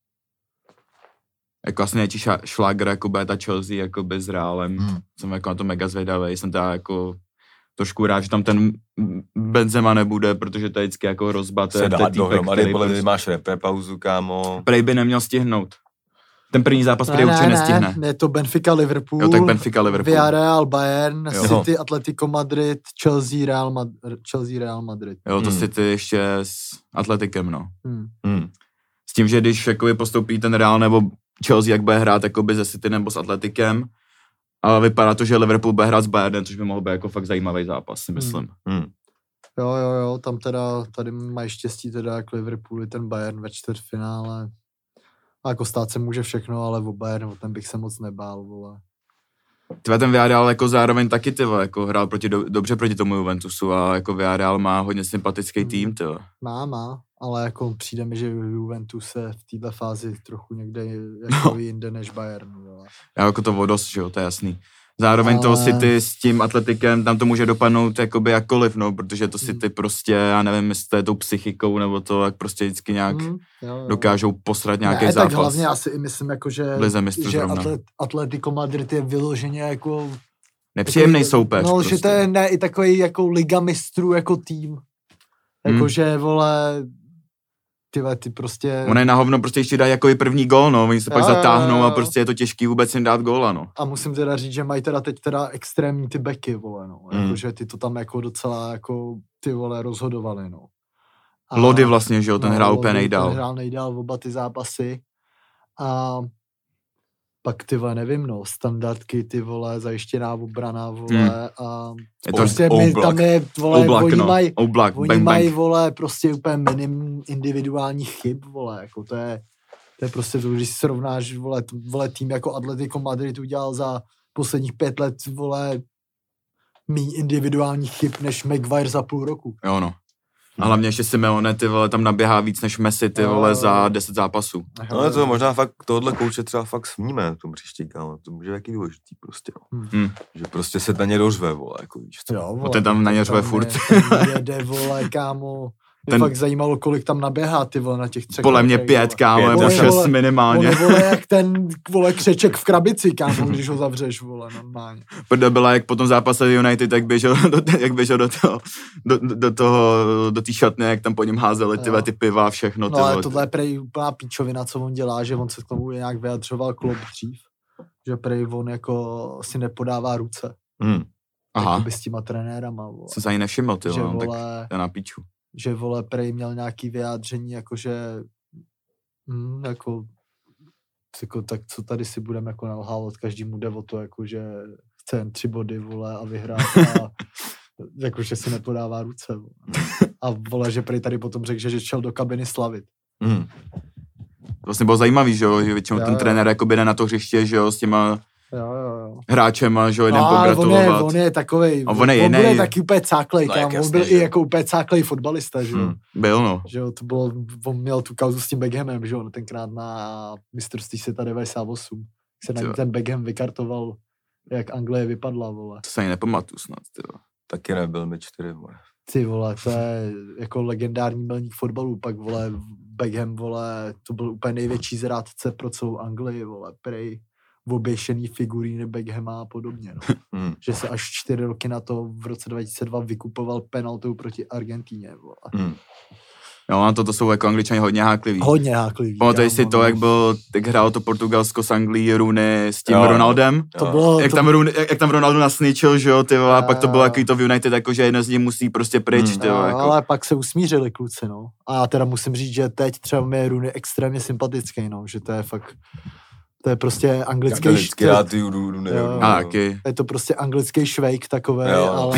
Jako vlastně nejčí šláger, jako bude ta Chelsea, jako s Realem. Jsem jako na to mega zvědavý, jsem teda jako trošku rád, že tam ten Benzema nebude, protože to je vždycky jako hrozba. Se dá dohromady, protože máš repre pauzu, kámo. Prej by neměl stihnout. Ten první zápas prej určitě nestihne. Je to Benfica, Liverpool, jo, tak Benfica, Liverpool. Villarreal, Bayern, City, Atletico Madrid, Chelsea, Real Madrid. Jo, to City ještě s Atletikem, no. S tím, že když jakoby postoupí ten Real nebo Chelsea, jak bude hrát jakoby ze City nebo s Atletikem, ale vypadá to, že Liverpool bude hrát s Bayernem, což by mohl být jako fakt zajímavý zápas, si myslím. Jo, tam teda, tady mají štěstí teda jak Liverpool i ten Bayern ve čtvrtfinále. A jako stát se může všechno, ale o Bayernu, ten bych se moc nebál, vole. Tyhle ten Villarreal jako zároveň taky, tyhle, jako hrál dobře proti tomu Juventusu a jako Villarreal má hodně sympatický tým, tyhle. Má, ale jako přijde mi, že Juventus se v této fázi trochu někde jako jinde než Bayern, vole. Já jako to vodost, že jo, to je jasný. Zároveň ale... toho City s tím Atletikem, tam to může dopadnout jakoby jakkoliv, no, protože to City prostě, já nevím, jestli to je tou psychikou, nebo to, jak prostě vždycky nějak dokážou posrat nějaký zápas. Tak hlavně asi i myslím, jako, že Atletico Madrid je vyloženě jako... Nepříjemný takový, soupeř. No, prostě. Že to je ne, i takový jako liga mistrů, jako tým. Jakože, vole... ty prostě... Ona je na hovno, prostě ještě dají jako i první gól, no, oni se pak Jo, zatáhnou jo. a prostě je to těžký vůbec jim dát góla, no. A musím teda říct, že mají teda teď extrémní ty beky, vole, no. Jakože ty to tam jako docela jako ty vole rozhodovali, no. A, Lody vlastně, že jo, ten hrál úplně Lody, nejdál. Ten hrál nejdál oba ty zápasy. A pak ty vole, nevím, no, standardky, ty vole, zajištěná obrana, vole, a Je to prostě tam je, vole, Oblak, oni no. mají, Oblak, oni bang, mají, bang. vole, prostě úplně minimum individuálních chyb, vole, jako to je prostě to, když srovnáš, vole, tým jako Atletico Madrid udělal za posledních 5 let, vole, míň individuálních chyb než Maguire za půl roku. Jo, no. A hlavně ještě Simeone, ty vole, tam naběhá víc než Messi, ty vole, za 10 zápasů. No ale to možná fakt tohle kouče třeba fakt smíme v tom příští, kámo. To může jaký důležitý prostě, no. Že prostě se na ně rozve, vole, jako víš co. Jo, vole, No ten tam na ně řve furt. Ten jede, vole, kámo. Mě fakt zajímalo, kolik tam naběhá, ty vole, na těch 3 Podle mě 5, kámo, nebo 6 minimálně. Vole, jak ten, vole, křeček v krabici, kámo, když ho zavřeš, vole, normálně. Prda byla, jak po tom zápase United, jak běžel do té šatny, jak tam po něm házeli ty piva a všechno. No ale tohle je prej úplná píčovina, co on dělá, že on se k tomu nějak vyjadřoval Klopp dřív, že prej on jako si nepodává ruce. Aha. Jakoby s těma trenérama, vole. Jsem se ani nevšiml, ty že, vole, vole, tak to je na píču. Že, vole, prej měl nějaký vyjádření, jakože jako tak co tady si budeme jako nalhávat, každému jde o to, jakože chce jen 3 body, vole, a vyhrát a jakože si nepodává ruce, vole. A vole, že prej tady potom řekl, že šel do kabiny slavit. Vlastně bylo zajímavý, že jo, že většinou ten trenér jakoby jde na to hřiště, že jo, s těma hráčema, že jo, jdem pogratulovat. On je takovej, on je jiný. Byl taky úplně cáklej, no, on byl i jako úplně cáklej fotbalista, že jo. Byl, no. Že jo, to bylo, on měl tu kauzu s tím Beckhamem, že jo, tenkrát na mistrovství světa 98. Se na ní ten Beckham vykartoval, jak Anglie vypadla, vole. To se ani nepamatuju snad, ty vole. Taky nebyl mi 4, vole. Ty vole, to je jako legendární milník fotbalu, pak vole Beckham, vole, to byl úplně největší zrádce pro celou Anglii, vole, prej oběšený figuríny Beckhama a podobně, no. Že se až 4 roky na to v roce 2002 vykupoval penaltou proti Argentíně, vole. Jo, na to jsou jako Angličani hodně hákliví. Hodně háklivý. Pamatuješ si to, jak hrál to Portugalsko s Anglií, Rooney s tím Ronaldem? To bylo, jak tam Ronaldo nasničil, že jo, ty vole, a pak to bylo jaký to v United, jako že jeden z nich musí prostě pryč, ty vole. Jako. Ale pak se usmířili kluci, no. A já teda musím říct, že teď třeba mi je Rooney extrémně sympatický, no, že to je fakt, to je prostě anglický švejk. Je to prostě anglický švejk takovej,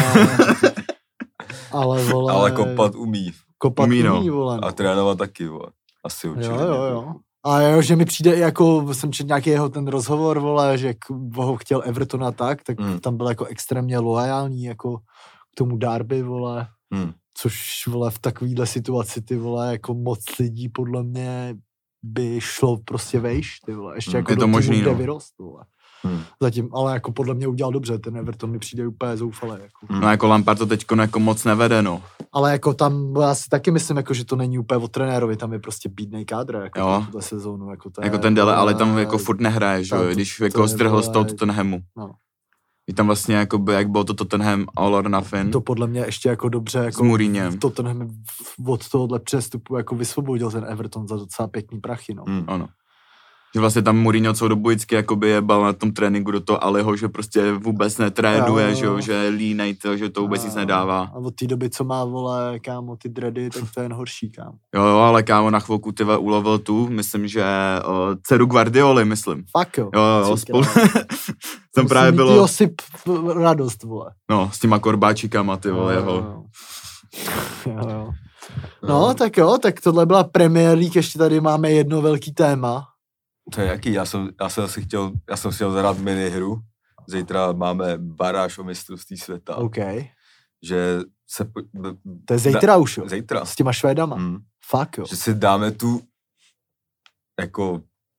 ale vole. Ale kopat umí. Umí, vole. A trénovat taky, vole. Asi určitě. Jo. A jo, že mi přijde jako, jsem četl nějaký jeho ten rozhovor, vole, že ho chtěl Everton a tak tam byl jako extrémně loajální, jako k tomu Derby, vole. Což, vole, v takovýhle situaci, ty vole, jako moc lidí podle mě by šlo prostě vejš, ty vole. Ještě jako je to možný, kde vyrost, vole. Zatím, ale jako podle mě udělal dobře, ten Everton mi přijde úplně zoufalý. Jako. No jako Lampard to teďko jako moc nevede, no. Ale jako tam, já si taky myslím, jako, že to není úplně o trenérovi, tam je prostě bídnej kádr, jako tuhle sezónu. Jako ten Dele, ale tam jako furt nehraje, že jo, když jako strhl z toho Tottenhamu. No. I tam vlastně jako jak bylo to Tottenham all or nothing. To podle mě ještě jako dobře, jako s Mourinhem. Tottenham od tohohle přestupu jako vysvobodil ten Everton za docela pěkný prachy, no. Ano. Že vlastně tam Mourinho celou dobu vždycky jakoby jebal na tom tréninku do toho Aliho, že prostě vůbec netrénuje, že je línej, že to vůbec nic nedává. A od té doby, co má, vole, kámo, ty dready, tak to je jen horší, kámo. Jo, ale kámo, na chvilku ty ulovil tu, myslím, že dceru Guardioli, myslím. Fakt jo. Jo, spolu. Tam právě bylo... Josip radost, vole. No, s těma korbáčikama, ty vole, jeho. Jo. No, tak jo, tak tohle byla Premier League, ještě tady máme jedno velký téma. To je jaký? Já jsem chtěl zahrát minihru. Zítra máme baráž o mistrovství světa. OK. Že se... To je zítra už, jo? Zítra. S těma Švédama. Fakt, jo. Že si dáme tu jako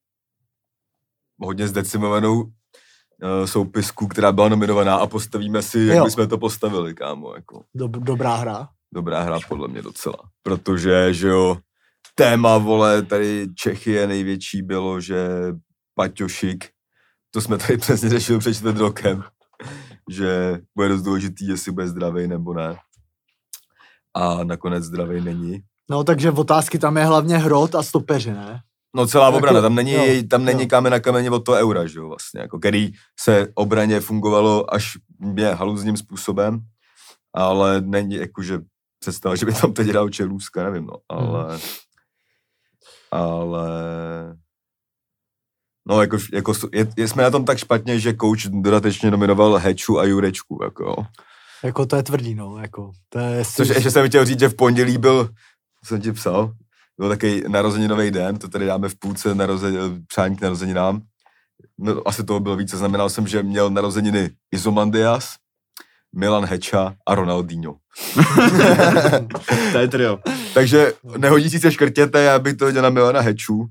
hodně zdecimovanou soupisku, která byla nominovaná a postavíme si, jak bychom to postavili, kámo. Jako. Dobrá hra. Dobrá hra podle mě docela. Protože, že jo, téma, vole, tady Čechy je největší bylo, že Paťošik, to jsme tady přesně řešili před 4 rokem, že bude dost důležitý, jestli bude zdravý nebo ne. A nakonec zdravý není. No, takže v otázky tam je hlavně Hrot a stopeři, ne? No celá Jako, obrana, tam není jo. kámen na kameně od toho Eura, že jo, vlastně, jako, který se obraně fungovalo až haluzním způsobem, ale není jakože představa, že by tam teď hrál Čelůzka, nevím, no, ale no, jsme na tom tak špatně, že coach dodatečně nominoval Heču a Jurečku, jako. Jako to je tvrdý, no, jako, to je... Což ještě jsem chtěl říct, že v pondělí jsem ti psal, byl takový narozeninový den, to tady dáme v půlce přání k narozeninám. No, asi toho bylo víc, znamenal jsem, že měl narozeniny Izomandias, Milan Heča a Ronaldinho. To je trio. Takže nehodící se škrtěte, já bych to hodil na Milana Heču.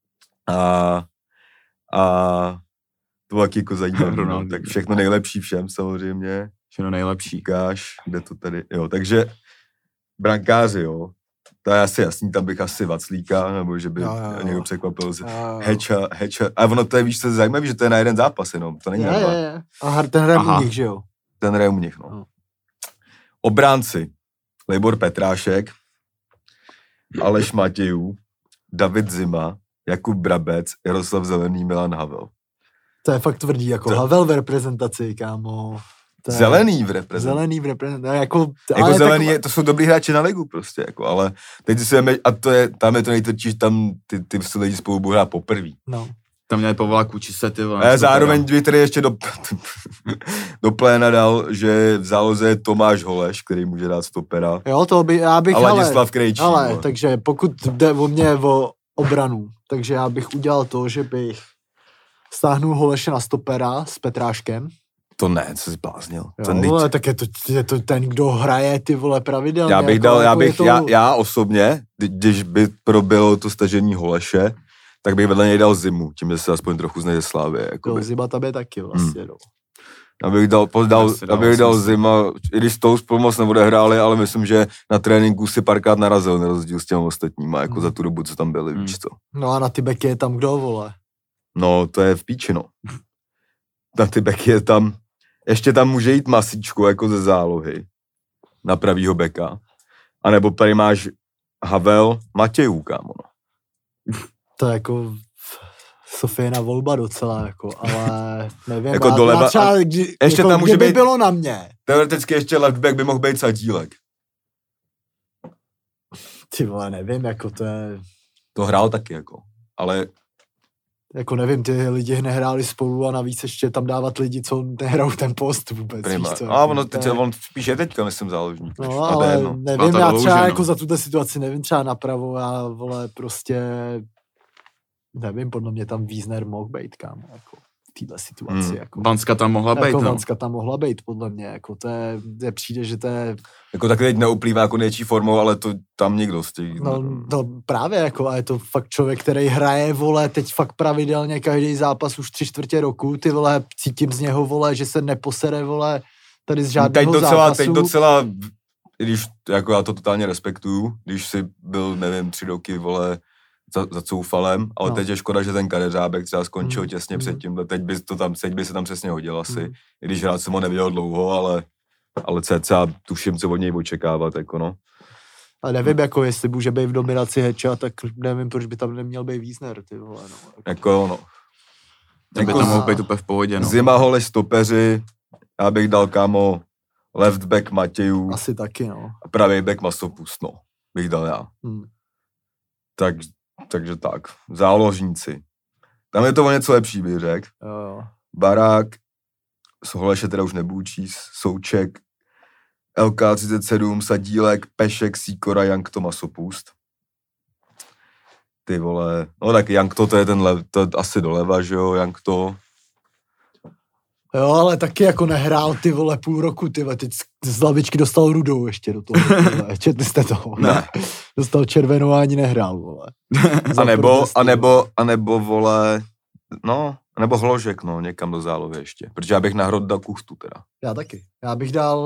A to bylo taky jako zajímavé. No. Tak všechno nejlepší všem samozřejmě. Všechno nejlepší. Říkáš, kde to tady, jo, takže brankáři, jo. To je asi jasný, tam bych asi Vaclíka, nebo že by někdo překvapil. Heča. A ono to je, víš, co je zajímavé, že to je na jeden zápas jenom, to není na dva. A ten hraje u nich, že jo? Ten hraje u nich, no. Obránci. Libor Petrášek, Aleš Matějů, David Zima, Jakub Brabec, Jaroslav Zelený, Milan Havel. To je fakt tvrdý, jako Havel v reprezentaci, kámo. Zelený v reprezentaci. Zelený v reprezentaci, jako zelený, to jsou dobrý hráči na ligu prostě, jako, ale teď si jdeme, a tam je to nejtvrdší, tam ty lidi spolu budou hrát poprvý. No. Tam měli povolá Kučise, ty vole. A zároveň bych tady ještě do pléna dal, že v záloze je Tomáš Holeš, který může dát stopera. Jo, já bych, a Ladislav Krejčí. Ale, takže pokud jde o mě o obranu, takže já bych udělal to, že bych stáhnul Holeše na stopera s Petráškem. To ne, co jsi bláznil. Jo, tak je to ten, kdo hraje ty vole pravidelně. Já osobně, když by probilo to stažení Holeše, tak bych vedle něj dal Zimu, tím, že se aspoň trochu znají ze Slávy. Zima tam je taky vlastně, no. Abych dal Zima, i když s tou spolu moc neodehráli, ale myslím, že na tréninku si párkrát narazil, na rozdíl s těmi ostatníma, jako za tu dobu, co tam byli, víš co. No a na ty beky je tam kdo, vole? No, to je v píči, no. Na ty beky je tam, ještě tam může jít Masíčko, jako ze zálohy, na pravýho beka. A nebo tady máš Havel, Matějů, kámo, no. To je jako Sofijina volba docela, jako, ale nevím, jako doleva, třeba, ještě tam může být, bylo na mě. Teoreticky ještě left back by mohl být Sadílek. Ty vole, nevím, jako to je... To hrál taky, jako, ale... Jako nevím, ty lidi nehráli spolu a navíc ještě tam dávat lidi, co nehrajou ten post vůbec. Víš co, a on spíš je teďka, myslím, záložník. No, ale nevím, já třeba jako za tuto situaci nevím, třeba napravo, já vole, prostě nevím, podle mě tam Wiesner mohl být, kámo, jako v této situaci. Jako, Vanska tam mohla být, jako no. Vanska tam mohla být, podle mě, jako to je přijde, že to je... Jako tak teď neuplývá jako největší formou, ale to tam někdo z těch... No právě, jako, a je to fakt člověk, který hraje, vole, teď fakt pravidelně každý zápas už 3/4 roku, ty vole, cítím z něho, vole, že se neposere, vole, tady z žádného zápasu. Teď docela, když, jako já to totálně respektuju, když si byl, nevím, 3 roky, vole, za Coufalem, ale teď je škoda, že ten Kadeřábek třeba skončil těsně předtím, teď by se tam přesně hodil asi, i když hrát jsem ho neviděl dlouho, ale cca tuším, co od něj očekávat, jako no. A nevím, jako jestli může být v dominaci Heča, tak nevím, proč by tam neměl být Wiesner, ty vole, no. Jako no. Tak by to mohl být úplně v pohodě, no. Zima, Holeš, stopeři, já bych dal, kámo, left back Matějů. Asi taky, no. A pravý back Masopust, no. Bych dal já. Takže tak. Záložníci. Tam je to o něco lepší, bych řekl. Jo. Barák, z Holeše teda už nebůčí, Souček, LK37, Sadílek, Pešek, Sýkora, Jankto, Masopust. Ty vole, no tak Jankto, to je to asi doleva, že jo, Jankto. Jo, ale taky jako nehrál, ty vole, půl roku, ty vole, teď z lavičky dostal rudou ještě do toho, četli jste toho, ne. Dostal červenou a ani nehrál, vole. a nebo vole, no, nebo Hložek, no, někam do zálohy ještě, protože já bych na Hrot dal Kuchtu teda. Já taky, já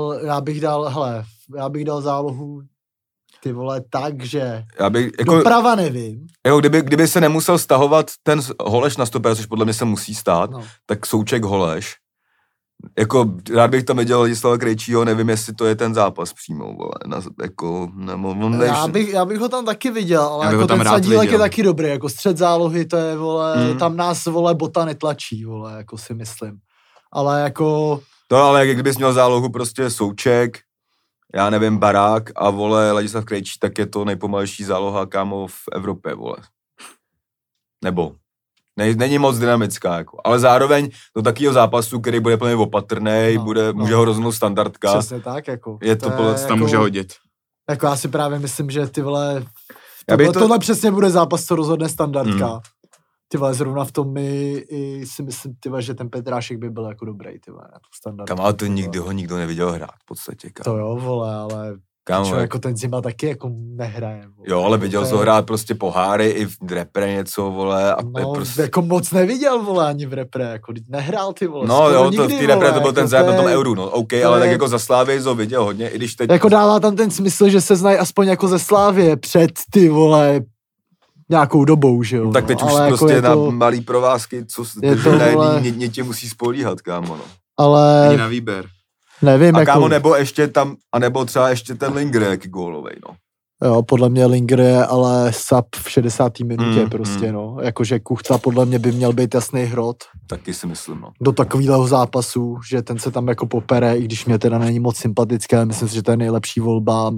bych dal zálohu, ty vole, tak, že doprava nevím. Jako kdyby se nemusel stahovat ten Holeš na stoper, což podle mě se musí stát, tak Souček Holeš, Jako, rád bych tam viděl Ladislava Krejčího, nevím, jestli to je ten zápas přímo, vole, jako, já bych ho tam taky viděl, ale jako ten Sadílek je taky dobrý, jako střed zálohy, to je, vole, tam nás, vole, Bota netlačí, vole, jako si myslím, ale jako... To ale kdybys měl zálohu prostě Souček, já nevím, Barák a, vole, Ladislav Krejčí, tak je to nejpomalejší záloha, kámo, v Evropě, vole. Nebo... Není moc dynamická, jako. Ale zároveň do takového zápasu, který bude plně opatrný, může ho rozhodnout standardka. Přesně tak, jako. Je to tam jako, může hodit. Jako já si právě myslím, že ty vole, tohle přesně bude zápas, co rozhodne standardka. Ty vole, zrovna v tom i si myslím, ty vole, že ten Petrášek by byl jako dobrý, ty vole, na tu standardku. Kam, ale to nikdy ho nikdo neviděl hrát, v podstatě, kámo. To jo, vole, ale... Čo, jako ten Zima taky jako nehraje. Vole. Jo, ale viděl jsi ho hrát prostě poháry i v repre něco, vole. A no, prostě... jako moc neviděl, vole, ani v repre, jako nehrál ty, vole. No jo, to v té repre to byl ten zájem na tom euru, no, OK, ale tak jako za Slávě ho viděl hodně, i když teď... Jako dává tam ten smysl, že se znají aspoň jako ze Slávě před ty, vole, nějakou dobou, že jo. No, tak teď už ale prostě jako na to... malý provázky, co na tě musí spolíhat, kámo, no. Ale... Ani na výběr. Nevím, a jako... kámo, nebo ještě tam, anebo třeba ještě ten Linger jaký gólovej, no. Jo, podle mě Linger je ale sub v 60. minutě prostě, no. Jakože Kuchta podle mě by měl být jasný hrot. Taky si myslím, no. Do takového zápasu, že ten se tam jako popere, i když mě teda není moc sympatický, ale myslím si, že to je nejlepší volba.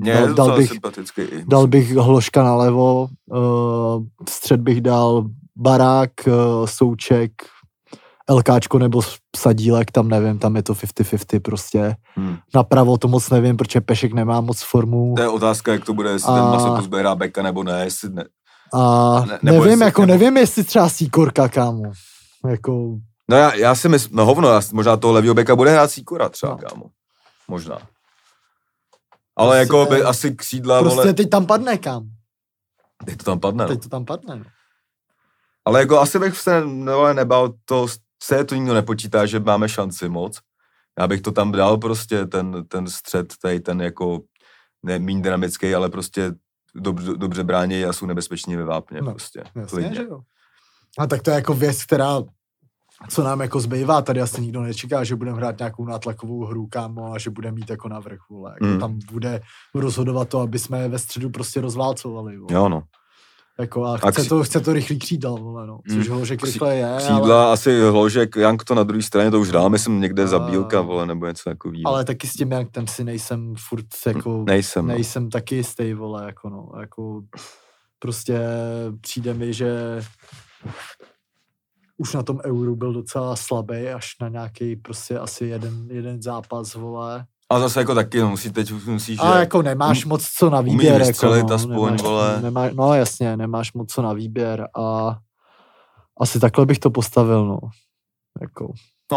Dal bych Hloška nalevo, střed bych dal Barák, Souček, LKčko nebo Sadílek, tam nevím, tam je to 50-50 prostě. Napravo to moc nevím, protože Pešek nemá moc formu. To je otázka, jak to bude, jestli ten Masopus bude hrát beka nebo ne, jestli ne. A nevím, jako nevím, jestli třeba Sýkorka, kámo. Jako... No já si myslím, no hovno, možná toho levýho beka bude hrát Sýkora třeba, kámo. Možná. Ale prostě, jako by asi křídla, prostě vole... teď tam padne, kámo. Teď to tam padne, Teď to tam padne, no. Ale jako asi bych se nebál to, to nikdo nepočítá, že máme šanci moc. Já bych to tam dal prostě, ten střed, tady ten jako, ne míň dynamický, ale prostě dobře brání a jsou nebezpeční ve vápně, no, prostě. Jasně, že jo. A tak to je jako věc, která, co nám jako zbývá, tady asi nikdo nečeká, že budeme hrát nějakou nátlakovou hru, kámo, a že bude mít jako navrch, vole. Jako tam bude rozhodovat to, aby jsme ve středu prostě rozválcovali, vole. Jo, no. Jako a chce to rychlý křídel, vole, no. Což Hložek rychle je, křídla, ale... asi Hložek, Jank to na druhé straně, to už dál, myslím někde za Bílka, vole, nebo něco takového. Ale taky s tím Jankem si nejsem furt, jako... Nejsem taky jistý, vole, jako no, jako... Prostě přijde mi, že už na tom euru byl docela slabý, až na nějaký prostě asi jeden zápas, vole. A zase jako taky, no, musíš, a jako nemáš moc co na výběr, jako no, aspoň, vole. No jasně, nemáš moc co na výběr a asi takhle bych to postavil, no. Jako.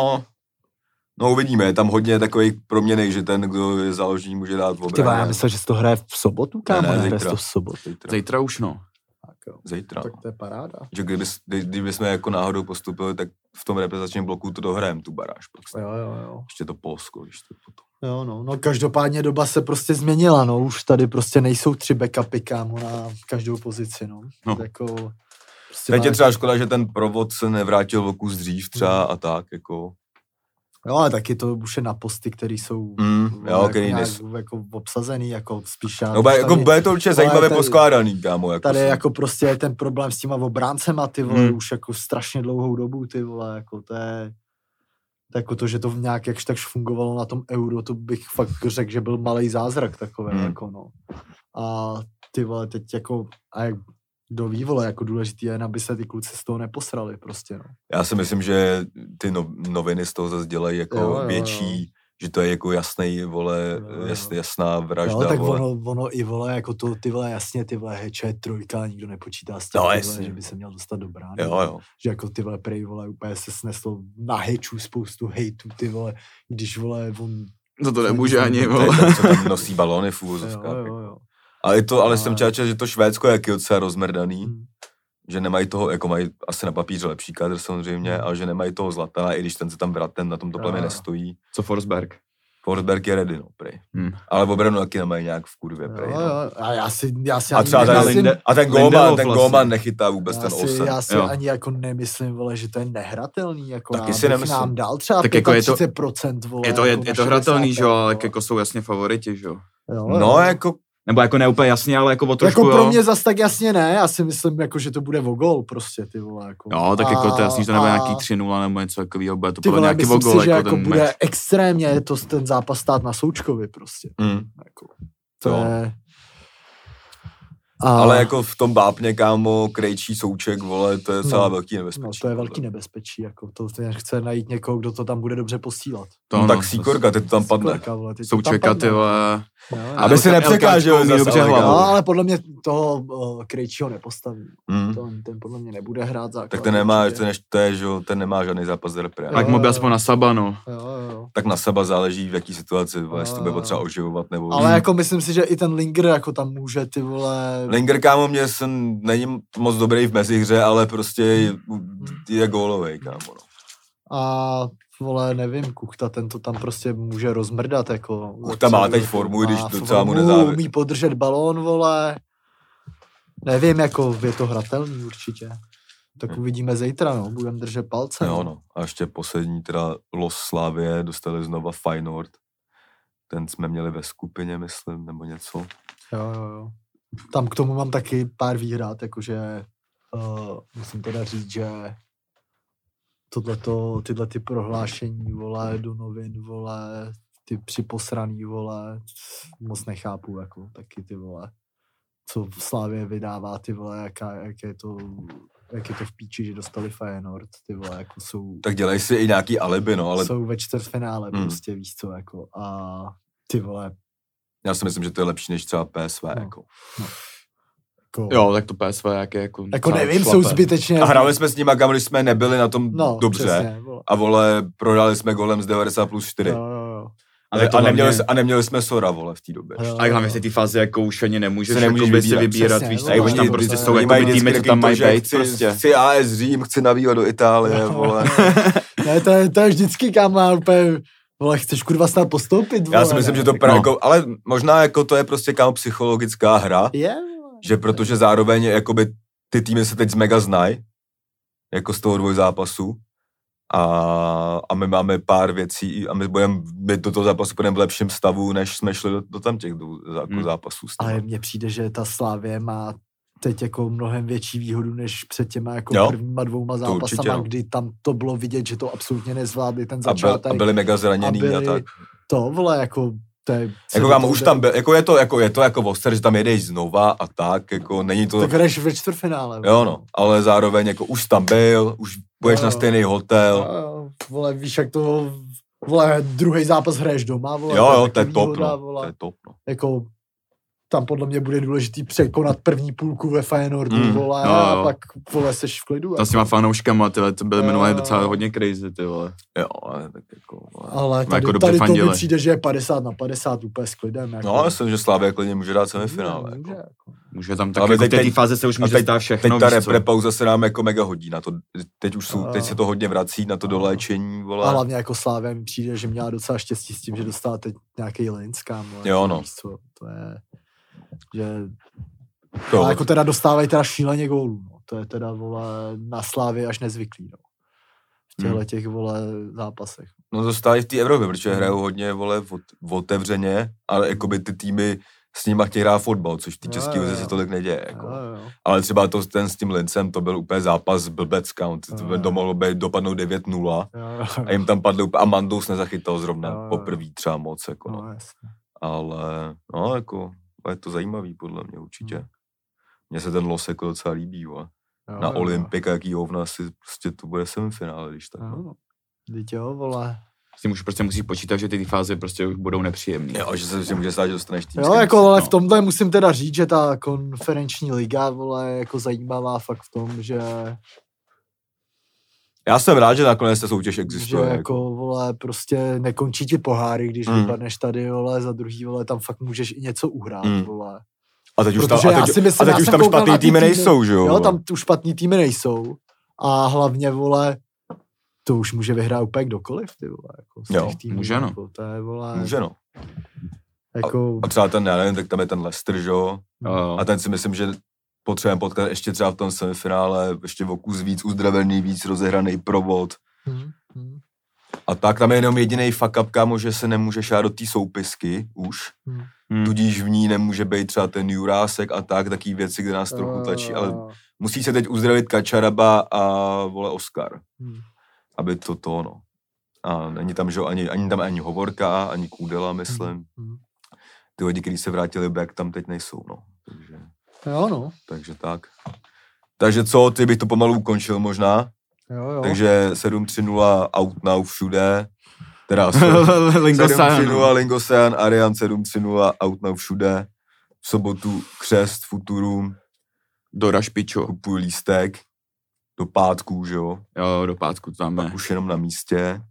No uvidíme, je tam hodně takových proměnej, že ten, kdo je záložní, může dát v obraně. Já myslím, že se to hraje v sobotu, kámo, ne to v sobotu. Zítra už, no. Zítra. Tak to je paráda. Že kdybychom jako náhodou postupili, tak v tom reprezentačním bloku to dohrajeme, tu baráž. Prostě. Jo. Ještě to Polsko, když to potom. Jo, no každopádně doba se prostě změnila, no, už tady prostě nejsou 3 backupy, kámo, na každou pozici, no. Jako, prostě teď je třeba škoda, že ten provod se nevrátil o kus dřív třeba a tak, jako. Jo, ale taky to už je na posty, který jsou jako obsazený, jako spíš... No jako bude to určitě zajímavě poskládaný, kámo. Jako tady jako prostě je ten problém s těma obráncema, ty vole, už jako strašně dlouhou dobu, ty vole, jako to je... Jako to, že to nějak jakž takž fungovalo na tom euro, to bych fakt řekl, že byl malej zázrak takový, jako no. A ty vole, teď jako... A jak do vývole, jako důležitý je, aby se ty kluci z toho neposrali prostě, no. Já si myslím, že ty noviny z toho zase dělají jako větší, že to je jako jasný, vole, jasná vražda, jo, tak vole. Ono i, vole, jako to, ty vole, jasně, ty vole, heče, trojka, nikdo nepočítá s tím, vole, že by se měl dostat do brány. Jo. Že jako ty vole, prej, vole, úplně se sneslo na hečů spoustu hejtů, ty vole, když, vole, on... No to nemůže ani, vole. Co tam nosí balony v úvozovkách. Jo. Ale jsem chtěl, že to Švédsko je jaký docela rozmrdaný, že nemají toho, jako mají asi na papíře lepší kádr samozřejmě, ale že nemají toho Zlatana, i když ten se tam ten na tomto plemě nestojí. Co Forsberg? Forsberg je ready, no, prej. Ale v obranu taky nemají nějak v kurvě, prej. Jo. A já si a třeba ten Golman nechytá vůbec ten offset. Já si ani jako nemyslím, vole, že to je nehratelný, jako taky si nemyslím. Nám dal třeba tak 35%, vole. Je to hratelný, že jo, ale jako jsou jasně favoriti, že jo. No, jako nebo jako ne úplně jasně, ale jako o trošku, jako pro mě zas tak jasně ne, já si myslím, jako, že to bude o gol prostě, ty vole, jako. Jo, tak jako to jasně, že to nebude nějaký 3-0 nebo něco takového, bude to podle nějaký o gol, si, že jako jako ten bude meč. extrémně ten zápas stát na Součkovi prostě. Jako, to je... Ale jako v tom vápně, kámo, krejčí Souček, vole, to je celá velký nebezpečí. No, to je velký nebezpečí, jako to chce najít někoho, kdo to tam bude dobře posílat. No, tak Sýkorka, teď to tam padne. Součeka, ty vole. Aby si nepřekážel zase. No, ale podle mě toho krejčího nepostaví. Ten podle mě nebude hrát základ. Tak ten nemá, ten nemá žádný zápas z repre. Tak mohl by aspoň na Saba, no. Jo. Tak na Saba záleží, v jaký situaci, jestli to bude potřeba oživovat, nebo... Ale jako myslím si, že i ten Linger jako tam může, ty vole... Linger, kámo, není moc dobrý v mezihře, ale prostě je gólovej, kámo, no. A vole, nevím, Kuchta, ten to tam prostě může rozmrdat, jako... Kuchta má teď formu, když docela mu nezávisí. Umí podržet balón, vole. Nevím, jako je to hratelný určitě. Tak uvidíme zítra, no, budeme držet palce. Jo, no. A ještě poslední teda Los Slavie, dostali znova Feyenoord. Ten jsme měli ve skupině, myslím, nebo něco. Jo. Tam k tomu mám taky pár výhrad, jakože musím teda říct, že tyhle ty prohlášení, vole, do novin, vole, ty připosraný, vole, moc nechápu, jako taky ty, vole, co v Slávě vydává, ty, vole, jak je to v píči, že dostali Feyenoord, ty, vole, jako jsou... Tak dělej si i nějaký alibi, no, ale... Jsou ve čtvrtfinále, prostě, víš co, jako, a ty, vole... Já si myslím, že to je lepší než třeba PSV, jako. Jo, tak to PSV jako nevím, jsou zbytečně... A hráli jsme s nimi, kam když jsme nebyli na tom dobře. Přesně, a vole, prodali jsme golem z 90+4. Jo. A neměli jsme Sora, vole, v té době. A hlavně v té fázi jako už ani nemůžeš si vybírat, víš, oni tam prostě jsou jako týmy, co tam mají být, prostě. Chci AS Řím, chci nabývat do Itálie, vole. Ne, to je vždycky, kam má úplně... Vole, chceš kurva snad postoupit, vole. Já si myslím, že to právě jako, ale možná jako to je prostě kámo psychologická hra, že protože zároveň jakoby ty týmy se teď mega znají, jako z toho dvojzápasu a my máme pár věcí a my do toho zápasu budeme v lepším stavu, než jsme šli do tam těch zápasů. Ale mně přijde, že ta Slavie má teď jako mnohem větší výhodu, než před těma jako prvníma dvouma zápasama, kdy tam to bylo vidět, že to absolutně nezvládli ten začátek. A byli mega zraněný a tak. To, vole, jako... Jako kámo, už tam byl, je to jako Voster, že tam jedeš znova a tak, jako není to... Tak hraješ ve čtvrtfinále. Jo, no, ale zároveň jako už tam byl, už budeš na stejný hotel. Vole, víš, jak to... Vole, druhý zápas hraješ doma, vole. Jo, to je top, to je top, no. Jako... Tam podle mě bude důležitý překonat první půlku ve Feyenoordu, vole, a pak, vole, seš v klidu. Tam s těma fanouškama, tyhle, to byly minulé docela hodně crazy, ty vole. Jo, ale tak jako... Ale tady to mi přijde, že je 50/50 úplně s klidem. Jako. No, myslím, že Slavia klidně může dát semifinále. Může tam tak, jako v té fáze se už může stát všechno. Teď ta reprepauza se nám jako mega hodí na to. Teď se to hodně vrací na to doléčení, vole. A hlavně jako Slavia mi přijde, že měla docela štěstí s tím, že dostala teď nějaký Linz, kámo. Jo, no. To je... že a jako teda dostávají teda šíleně gólů, no. To je teda, vole, na Slávě až nezvyklý, no. V těchto těch, vole, zápasech. No to stále v té Evropě, protože hrajou hodně, vole, otevřeně, ale jakoby ty týmy s nima chtějí hrát fotbal, což v té české lize se tolik neděje, jako. Ale třeba ten s tím Lincem, to byl úplně zápas blbec count, to mohlo být dopadnout 9-0 a jim tam padl a Mandous nezachytal zrovna poprvé třeba moc, jako, no. Ale, no, jako... je to zajímavý, podle mě určitě. Mně se ten los jako docela líbí, na Olympika, jaký hovna, asi prostě to bude semifinále, když tak. Teď jo, vole. S tím už prostě musíš počítat, že ty fáze prostě už budou nepříjemný. Jo, že se může stát, že dostaneš tým. Jo, jako, ale v tomhle musím teda říct, že ta konferenční liga, vole, je jako zajímavá fakt v tom, že... Já jsem rád, že nakonec ta soutěž existuje. Že jako, vole, prostě nekončí ti poháry, když vypadneš tady, vole, za druhý, vole, tam fakt můžeš i něco uhrát, vole. A teď už tam špatný týmy nejsou, že jo? Jo, tam tu špatný týmy nejsou. A hlavně, vole, to už může vyhrát úplně kdokoliv, ty vole, jako z Jo, těch týmů, může, no. jako, to je, vole, Může, no. jako, A třeba ten, já nevím, tak tam je ten Leicester, že jo? Jo. A ten si myslím, že potřebujeme potkat ještě třeba v tom semifinále, ještě o kus víc uzdravený, víc rozehraný provod. A tak tam je jenom jediný fuck up, kámo, že se nemůže šát do té soupisky už. Tudíž v ní nemůže být třeba ten Jurásek a tak, taky věci, kde nás trochu tlačí, ale musí se teď uzdravit Kačaraba a vole Oskar. Aby to, no. A není tam, že ani tam ani Hovorka, ani Kůdela, myslím. Ty lidi, kteří se vrátili back, tam teď nejsou, no. Takže, jo, no. Takže tak. Takže co, ty bych to pomalu ukončil možná. Jo. Takže 7-3-0 out now všude. Teda Lingosayan. 7-3-0 Lingosayan, Arian 7-3-0 out now všude. V sobotu Křest, Futurum. Dora Špičo. Kupuj lístek. Do pátku, že jo? Jo, do pátku tam je. Pak už jenom na místě.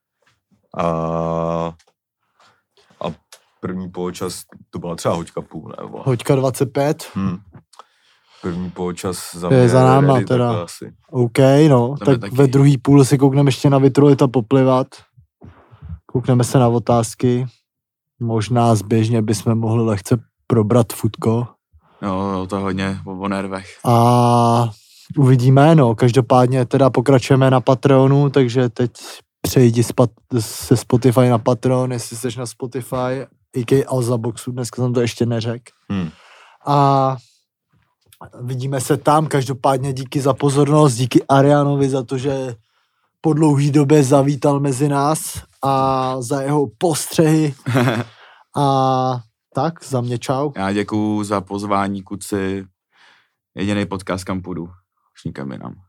A první poločas, to byla třeba hoďka půl, ne? Hoďka 25. První poločas je za náma ready, teda. Asi. OK, no, tak taky. ve druhý půl si koukneme ještě na Vitrolita poplivat. Koukneme se na otázky. Možná zběžně bychom mohli lehce probrat futko. Jo, to hodně o nervech. A uvidíme, no, každopádně teda pokračujeme na Patreonu, takže teď přejdi se Spotify na Patreon, jestli jsi na Spotify, i Alzaboxu, dneska jsem to ještě neřekl. A vidíme se tam, každopádně díky za pozornost, díky Arianovi za to, že po dlouhý době zavítal mezi nás a za jeho postřehy. A tak, za mě čau. Já děkuju za pozvání, kuci. Jediný podcast, kam půjdu. Už nikam jinam.